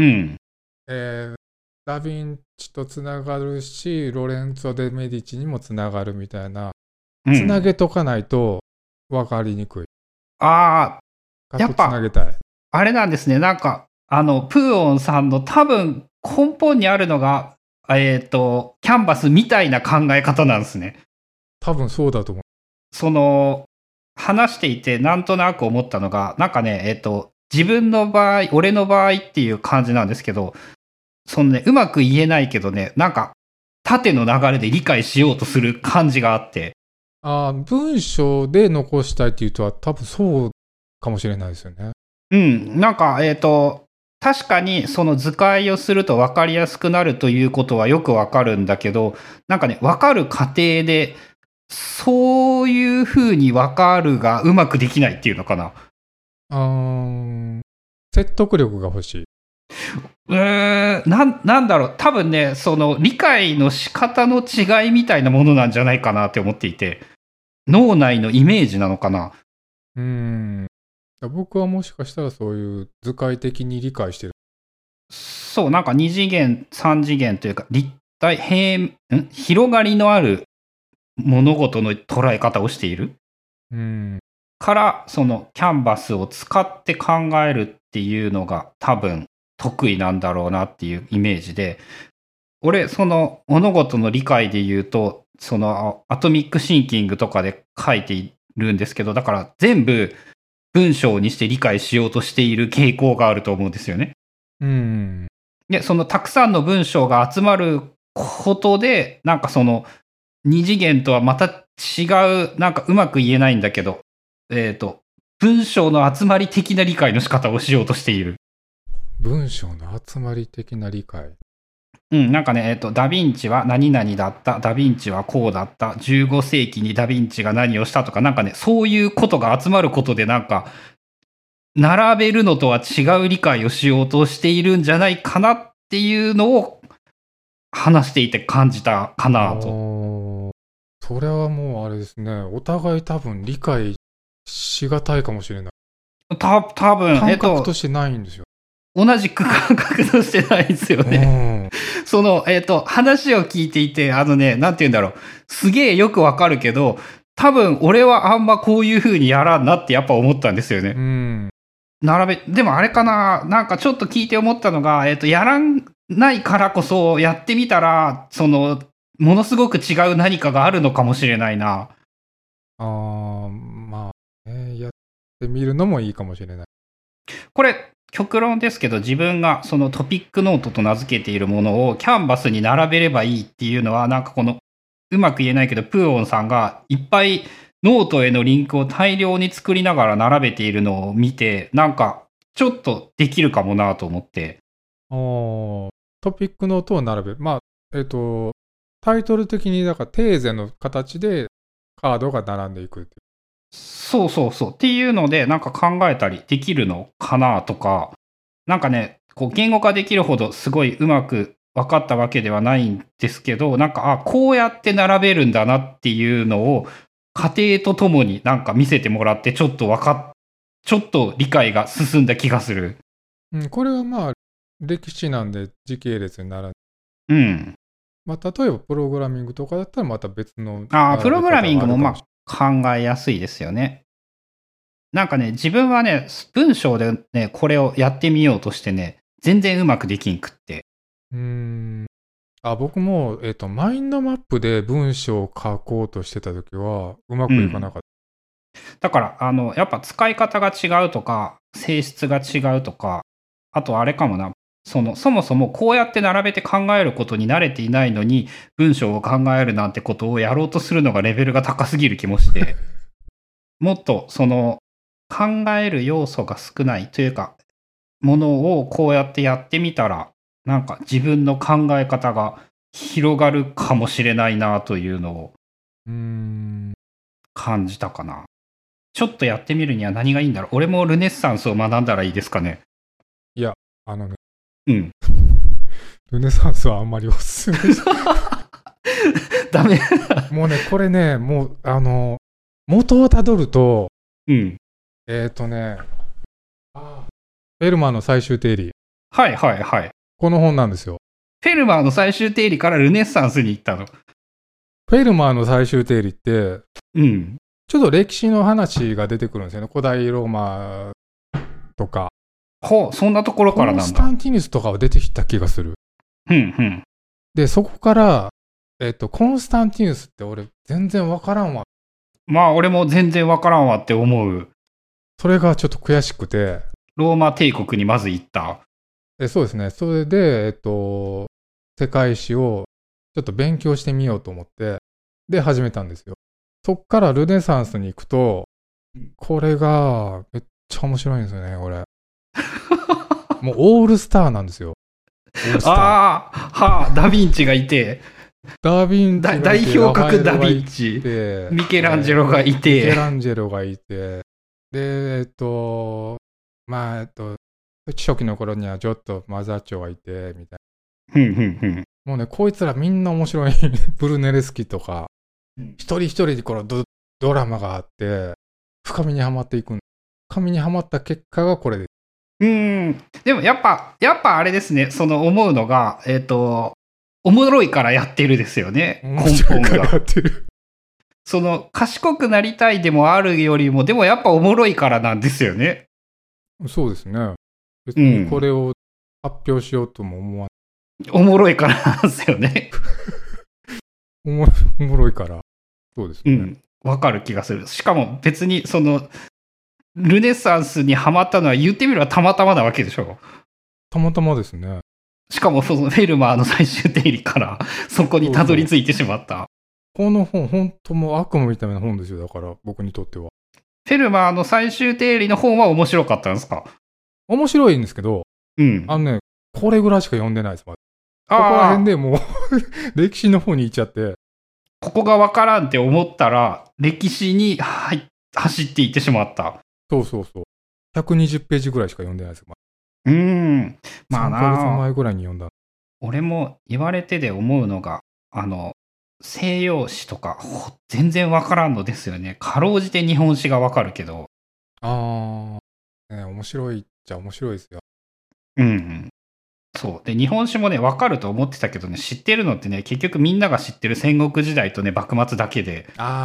ダ・ヴィンチとつながるし、ロレンツォ・デ・メディチにもつながるみたいな、つなげとかないと分かりにくい。 やっぱ、 つなげたい。 あれなんですね。なんか、プーオンさんの多分根本にあるのが、キャンバスみたいな考え方なんですね。 多分そうだと思う。 話していてなんとなく思ったのが、なんかね、自分の場合、俺の場合っていう感じなんですけど、うまく言えないけどね、なんか、縦の流れで理解しようとする感じがあって。 文章で残したいっていうとは多分そうかもしれないですよね。 なんか、確かにその図解をすると分かりやすくなるということはよく分かるんだけど、なんかね、分かる過程で、そういう風に分かるがうまくできないっていうのかな。 説得力が欲しい。 なんだろう、多分ね、その理解の仕方の違いみたいなものなんじゃないかなって思っていて、脳内のイメージなのかな。 僕はもしかしたらそういう図解的に理解してる。 そう、なんか2次元、3次元というか、立体、広がりのある物事の捉え方をしている。から、そのキャンバスを使って考えるっていうのが多分得意なんだろうなっていうイメージで、俺、その物事の理解で言うと、 そのアトミックシンキングとかで書いているんですけど、だから全部文章にして理解しようとしている傾向があると思うんですよね。で、そのたくさんの文章が集まることで、なんかその二次元とはまた違う、なんかうまく言えないんだけど、文章の集まり的な理解の仕方をしようとしている。 文章の集まり的な理解。 なんかね、ダヴィンチは何々だった、ダヴィンチはこうだった、15世紀にダヴィンチが何をしたとか、なんかね、そういうことが集まることで、なんか、並べるのとは違う理解をしようとしているんじゃないかなっていうのを話していて感じたかなと。 それはもうあれですね、お互い多分理解しがたいかもしれない。 多分感覚としてないんですよ。 同じく感覚としてないですよね。その、話を聞いていて、なんて言うんだろう。すげえよくわかるけど、多分俺はあんまこういう風にやらんなってやっぱ思ったんですよね。でもあれかな、なんかちょっと聞いて思ったのが、やらないからこそやってみたら、その、ものすごく違う何かがあるのかもしれないな。 まあ、やってみるのもいいかもしれない。 これ、極論ですけど、自分がそのトピックノートと名付けているものをキャンバスに並べればいいっていうのは、なんかこの、うまく言えないけど、プーオンさんがいっぱいノートへのリンクを大量に作りながら並べているのを見て、なんかちょっとできるかもなと思って。 トピックノートを並べる。まあ、タイトル的に、だからテーゼの形でカードが並んでいくっていう。 そうっていうので、なんか考えたりできるのかなとか、なんかね、こう言語化できるほどすごいうまく分かったわけではないんですけど、なんか、こうやって並べるんだなっていうのを過程とともになんか見せてもらって、ちょっと理解が進んだ気がする。 これはまあ、歴史なんで時系列にならない。まあ、例えばプログラミングとかだったらまた別の。 プログラミングもまあ考えやすいですよね。なんかね、自分はね、文章でね、これをやってみようとしてね、全然うまくできんくって。 僕も、マインドマップで文章を書こうとしてたときは、うまくいかなかった。 だから、やっぱ使い方が違うとか、性質が違うとか、あとあれかもな、そもそもこうやって並べて考えることに慣れていないのに、文章を考えるなんてことをやろうとするのがレベルが高すぎる気もして、もっと考える要素が少ないというか、ものをこうやってやってみたら、なんか自分の考え方が広がるかもしれないなというのを感じたかな。ちょっとやってみるには何がいいんだろう。俺もルネッサンスを学んだらいいですかね。 いや、ルネサンスはあんまりおすすめです。 ダメ。 もうね、これね、もう、元をたどると、フェルマーの最終定理。 はい。 この本なんですよ。 フェルマーの最終定理からルネッサンスに行ったの。 フェルマーの最終定理って、ちょっと歴史の話が出てくるんですよね。古代ローマとか。 そんなところからなんだ。 コンスタンティヌスとかは出てきた気がする。で、そこから、コンスタンティヌスって俺全然わからんわ。 まあ俺も全然わからんわって思う。 それがちょっと悔しくて。 ローマ帝国にまず行った。 そうですね。それで、世界史をちょっと勉強してみようと思って、で始めたんですよ。そっからルネサンスに行くと、これがめっちゃ面白いんですよね、これ。もうオールスターなんですよ。 ダヴィンチがいて、 代表格ダヴィンチ、ミケランジェロがいて、 で、初期の頃にはちょっとマザーチョがいて、みたいな。もうね、こいつらみんな面白い。ブルネレスキとか、一人一人でこのドラマがあって、深みにはまっていく。深みにはまった結果がこれです。 でもやっぱあれですね、思うのが、おもろいからやってるですよね、根本が。賢くなりたいでもあるよりも、でもやっぱおもろいからなんですよね。 そうですね。別にこれを発表しようとも思わない。 おもろいからなんですよね。 おもろいから。そうですね。 うん。わかる気がする。しかも別にルネサンスにハマったのは言ってみればたまたまなわけでしょ。 たまたまですね。 しかもフェルマーの最終定理からそこにたどり着いてしまった。 この本、本当もう悪夢みたいな本ですよ。だから僕にとっては。 フェルマーの最終定理の本は面白かったんですか？ 面白いんですけど、 うん。 これぐらいしか読んでないです。ここら辺でもう歴史の方に行っちゃって。 ここがわからんって思ったら、歴史に走っていってしまった。 そうそうそう。120ページぐらいしか読んでないです。 まあな。 3ヶ月前ぐらいに読んだ。 俺も言われてで思うのが、西洋史とか全然わからんのですよね。かろうじて日本史がわかるけど。 面白いっちゃ面白いですよ。 うん。そう。で、日本史もね、わかると思ってたけどね、知ってるのってね、結局みんなが知ってる戦国時代とね、幕末だけで。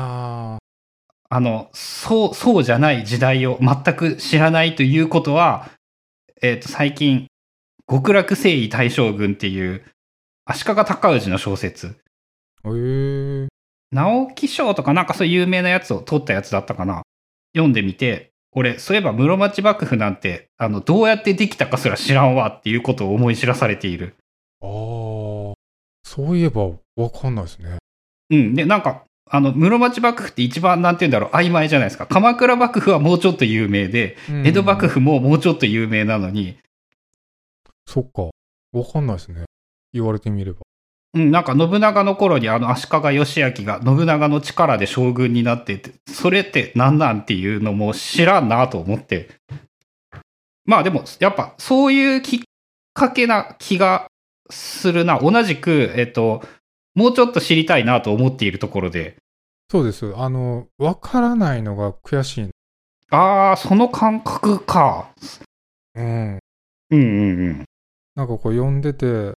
そうじゃない時代を全く知らないということは、最近、極楽征夷大将軍っていう、足利尊氏の小説。直木賞とかなんかそういう有名なやつを取ったやつだったかな。読んでみて、俺、そういえば室町幕府なんて、どうやってできたかすら知らんわっていうことを思い知らされている。 そういえばわかんないですね。 うん。で、なんか、室町幕府って一番なんて言うんだろう、曖昧じゃないですか。鎌倉幕府はもうちょっと有名で、江戸幕府ももうちょっと有名なのに。 そっか。わかんないですね。言われてみれば。 うん、なんか信長の頃に足利義昭が信長の力で将軍になってて、それって何なんっていうのも知らんなと思って。まあでも、やっぱそういうきっかけな気がするな。同じく、もうちょっと知りたいなと思っているところで。 そうです。わからないのが悔しい。 その感覚か。 うんうん。 なんかこう読んでて、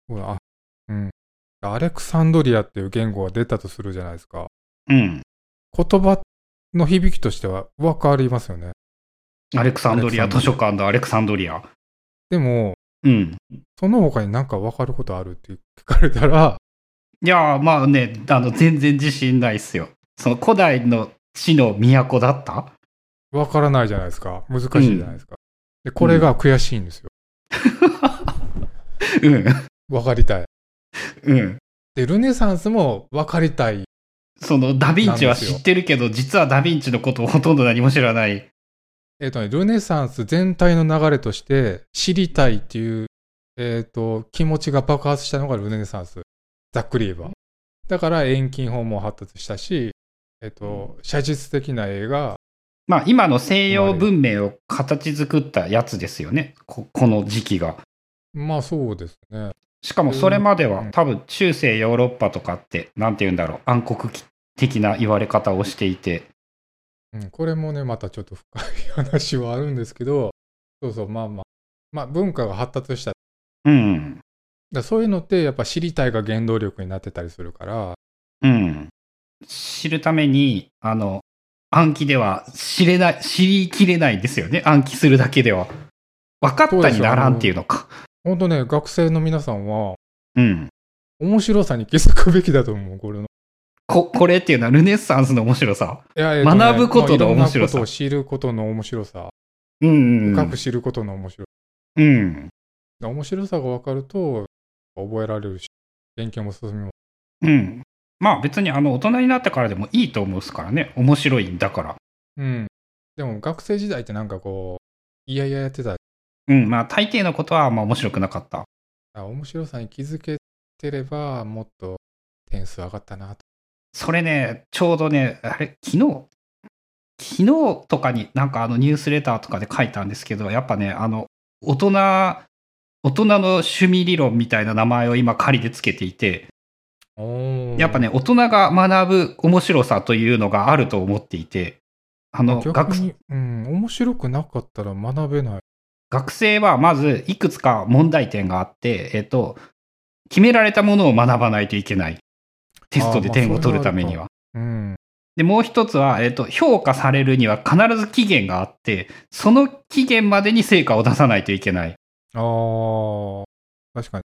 アレクサンドリアっていう言語が出たとするじゃないですか。 うん。 言葉の響きとしては分かりますよね。 アレクサンドリア、図書館のアレクサンドリア。 でも、その他になんか分かることあるって聞かれたら、 いやまあね、全然自信ないっすよ。その古代の地の都だった？ 分からないじゃないですか。難しいじゃないですか。で、これが悔しいんですよ。分かりたい。で、ルネサンスも分かりたい。 そのダヴィンチは知ってるけど、実はダヴィンチのことをほとんど何も知らない。 ルネサンス全体の流れとして知りたいっていう、気持ちが爆発したのがルネサンス。ざっくり言えば。だから遠近法も発達したし、写実的な映画。 まあ今の西洋文明を形作ったやつですよね。この時期が。 まあそうですね。 しかもそれまでは多分中世ヨーロッパとかってなんて言うんだろう、暗黒期的な言われ方をしていて、 これもねまたちょっと深い話はあるんですけど、そうまあ文化が発達した、だそういうのってやっぱ知りたいが原動力になってたりするから、 知るために暗記では知りきれないんですよね。暗記するだけでは分かったにならんっていうのか。 本当ね、学生の皆さんは、面白さに気づくべきだと思う、これの。 これっていうのはルネッサンスの面白さ。学ぶことの面白さ。いろんなことを知ることの面白さ。深く知ることの面白さ。面白さが分かると、覚えられるし、勉強も進みます。 まあ別に大人になってからでもいいと思うっすからね。面白いんだから。 でも学生時代ってなんかこう、いやいややってた。 まあ大抵のことはあんま面白くなかった。 面白さに気づけてれば、もっと点数上がったなと。 それね、ちょうどね、昨日とかになんかニュースレターとかで書いたんですけど、やっぱね、大人の趣味理論みたいな名前を今仮でつけていて、やっぱね、大人が学ぶ面白さというのがあると思っていて、 逆に、面白くなかったら学べない。 学生はまずいくつか問題点があって、決められたものを学ばないといけない。テストで点を取るためには。で、もう一つは、評価されるには必ず期限があって、その期限までに成果を出さないといけない。 確かに。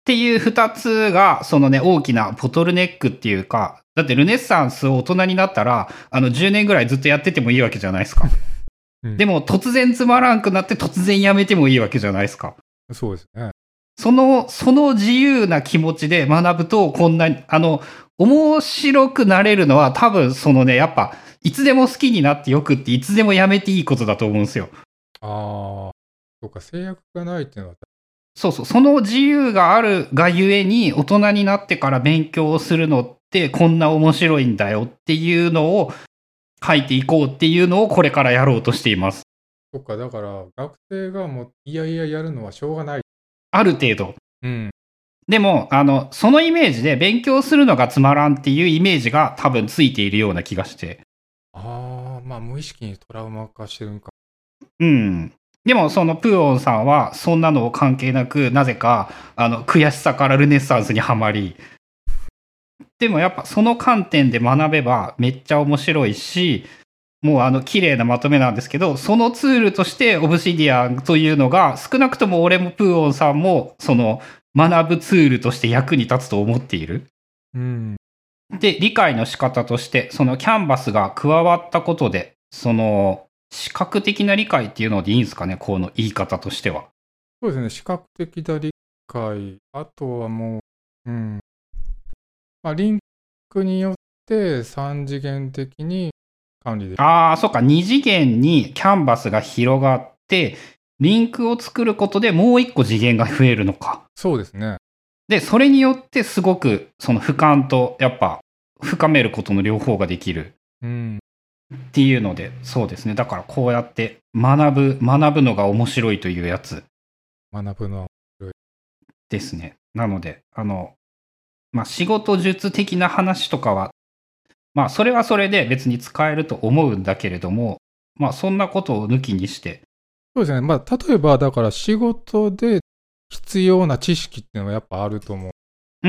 ていう2つが、そのね、大きなボトルネックっていうか、だってルネッサンスを大人になったら、10年ぐらいずっとやっててもいいわけじゃないですか。でも突然つまらんくなって突然やめてもいいわけじゃないですか。 そうですね。 その自由な気持ちで学ぶと、こんなに、面白くなれるのは多分そのね、やっぱ、いつでも好きになってよくって、いつでもやめていいことだと思うんですよ。 ああ、そうか、制約がないっていうのは。 そうそう、その自由があるがゆえに、大人になってから勉強をするのってこんな面白いんだよっていうのを書いていこうっていうのをこれからやろうとしています。 そっか、だから学生がもういやいややるのはしょうがない。 ある程度。 うん。 でも、そのイメージで勉強するのがつまらんっていうイメージが多分ついているような気がして。 ああ、まあ無意識にトラウマ化してるんか。 うん。でも、そのプーオンさんは、そんなの関係なく、なぜか、悔しさからルネッサンスにはまり、でもやっぱその観点で学べばめっちゃ面白いし、もう綺麗なまとめなんですけど、そのツールとしてオブシディアンというのが、少なくとも俺もプーオンさんも、その学ぶツールとして役に立つと思っている。 うん。 で、理解の仕方として、そのキャンバスが加わったことで、その、視覚的な理解っていうのでいいんですかね、この言い方としては。 そうですね、視覚的な理解、あとはもう、まあ、リンクによって3次元的に管理できる。 ああ、そっか、2次元にキャンバスが広がって、リンクを作ることでもう1個次元が増えるのか。 そうですね。 で、それによってすごく、その俯瞰と、やっぱ、深めることの両方ができる。 うん。 っていうので、そうですね。だからこうやって学ぶのが面白いというやつ。 学ぶのは面白い。 ですね。なので、まあ、仕事術的な話とかは、まあ、それはそれで別に使えると思うんだけれども、まあ、そんなことを抜きにして。 そうですね。まあ、例えば、だから仕事で必要な知識っていうのはやっぱあると思う。 うん。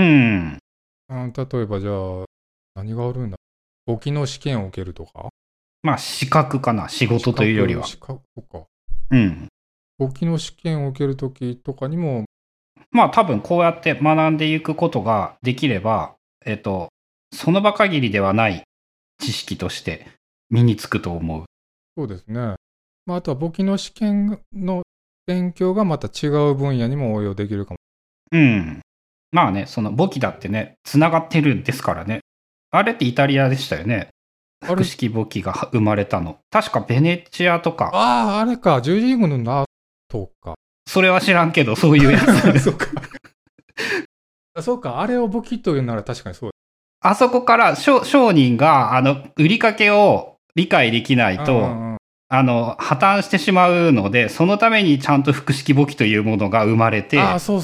例えば、じゃあ、何があるんだ？簿記の試験を受けるとか？ まあ、資格かな。仕事というよりは。 資格か。 うん。 簿記の試験を受けるときとかにも、 まあ、多分こうやって学んでいくことができれば、その場限りではない知識として身につくと思う。 そうですね。まあ、あとは簿記の試験の勉強がまた違う分野にも応用できるかも。 うん。まあね、その簿記だってね、つながってるんですからね。あれってイタリアでしたよね。複式簿記が生まれたの。確かベネチアとか。 ああ、あれか。十字軍の後か。 それは知らんけど、そういうやつ。 そうか。そうか。あれを簿記というなら確かにそう。 あそこから商人が、売りかけを理解できないと、破綻してしまうので、そのためにちゃんと複式簿記というものが生まれて、 そう。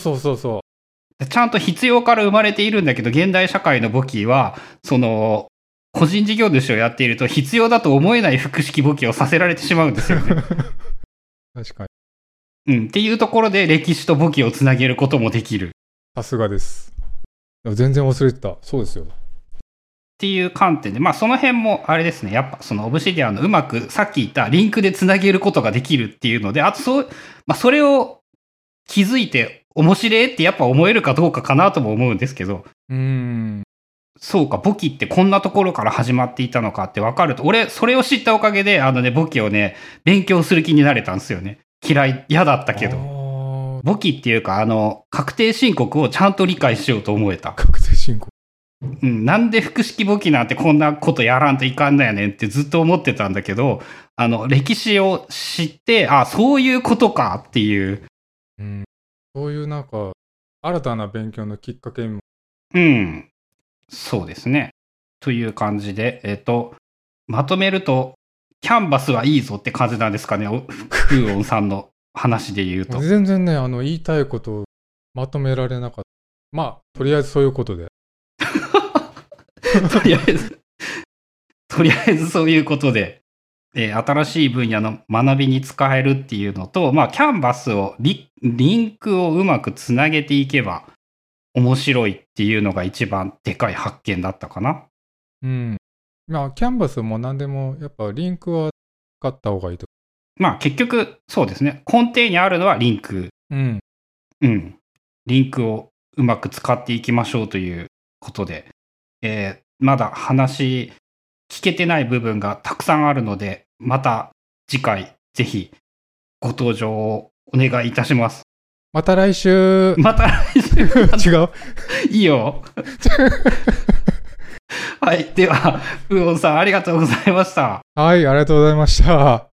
ちゃんと必要から生まれているんだけど、現代社会の簿記は、その、個人事業主をやっていると必要だと思えない複式簿記をさせられてしまうんですよね。 確かに。っていうところで歴史と簿記をつなげることもできる。 さすがです。全然忘れてた。そうですよ。 っていう観点で、まあその辺もあれですね、やっぱそのオブシディアンのうまくさっき言ったリンクでつなげることができるっていうので、あとそれを気づいて面白いってやっぱ思えるかどうかかなとも思うんですけど、そうか、簿記ってこんなところから始まっていたのかって分かると、俺それを知ったおかげで簿記をね、勉強する気になれたんですよね。嫌だったけど。簿記っていうか、確定申告をちゃんと理解しようと思えた。 確定申告。 なんで複式簿記なんてこんなことやらんといかんのやねんってずっと思ってたんだけど、歴史を知って、そういうことかっていう。 そういうなんか、新たな勉強のきっかけにも。 そうですね。という感じで、まとめると、キャンバスはいいぞって感じなんですかね、フーオンさんの話で言うと。 全然ね、言いたいことをまとめられなかった。まあ、とりあえずそういうことで。 とりあえずそういうことで、新しい分野の学びに使えるっていうのと、まあ、キャンバスをリンクをうまくつなげていけば面白いっていうのが一番でかい発見だったかな。 まあ、キャンバスも何でも、やっぱリンクは使った方がいいと。 まあ、結局、そうですね。根底にあるのはリンク。リンクをうまく使っていきましょうということで、まだ話聞けてない部分がたくさんあるので、また次回ぜひご登場をお願いいたします。 また来週。 また来週。 違ういいよ。はい。では、ウーオンさんありがとうございました。 はい、ありがとうございました。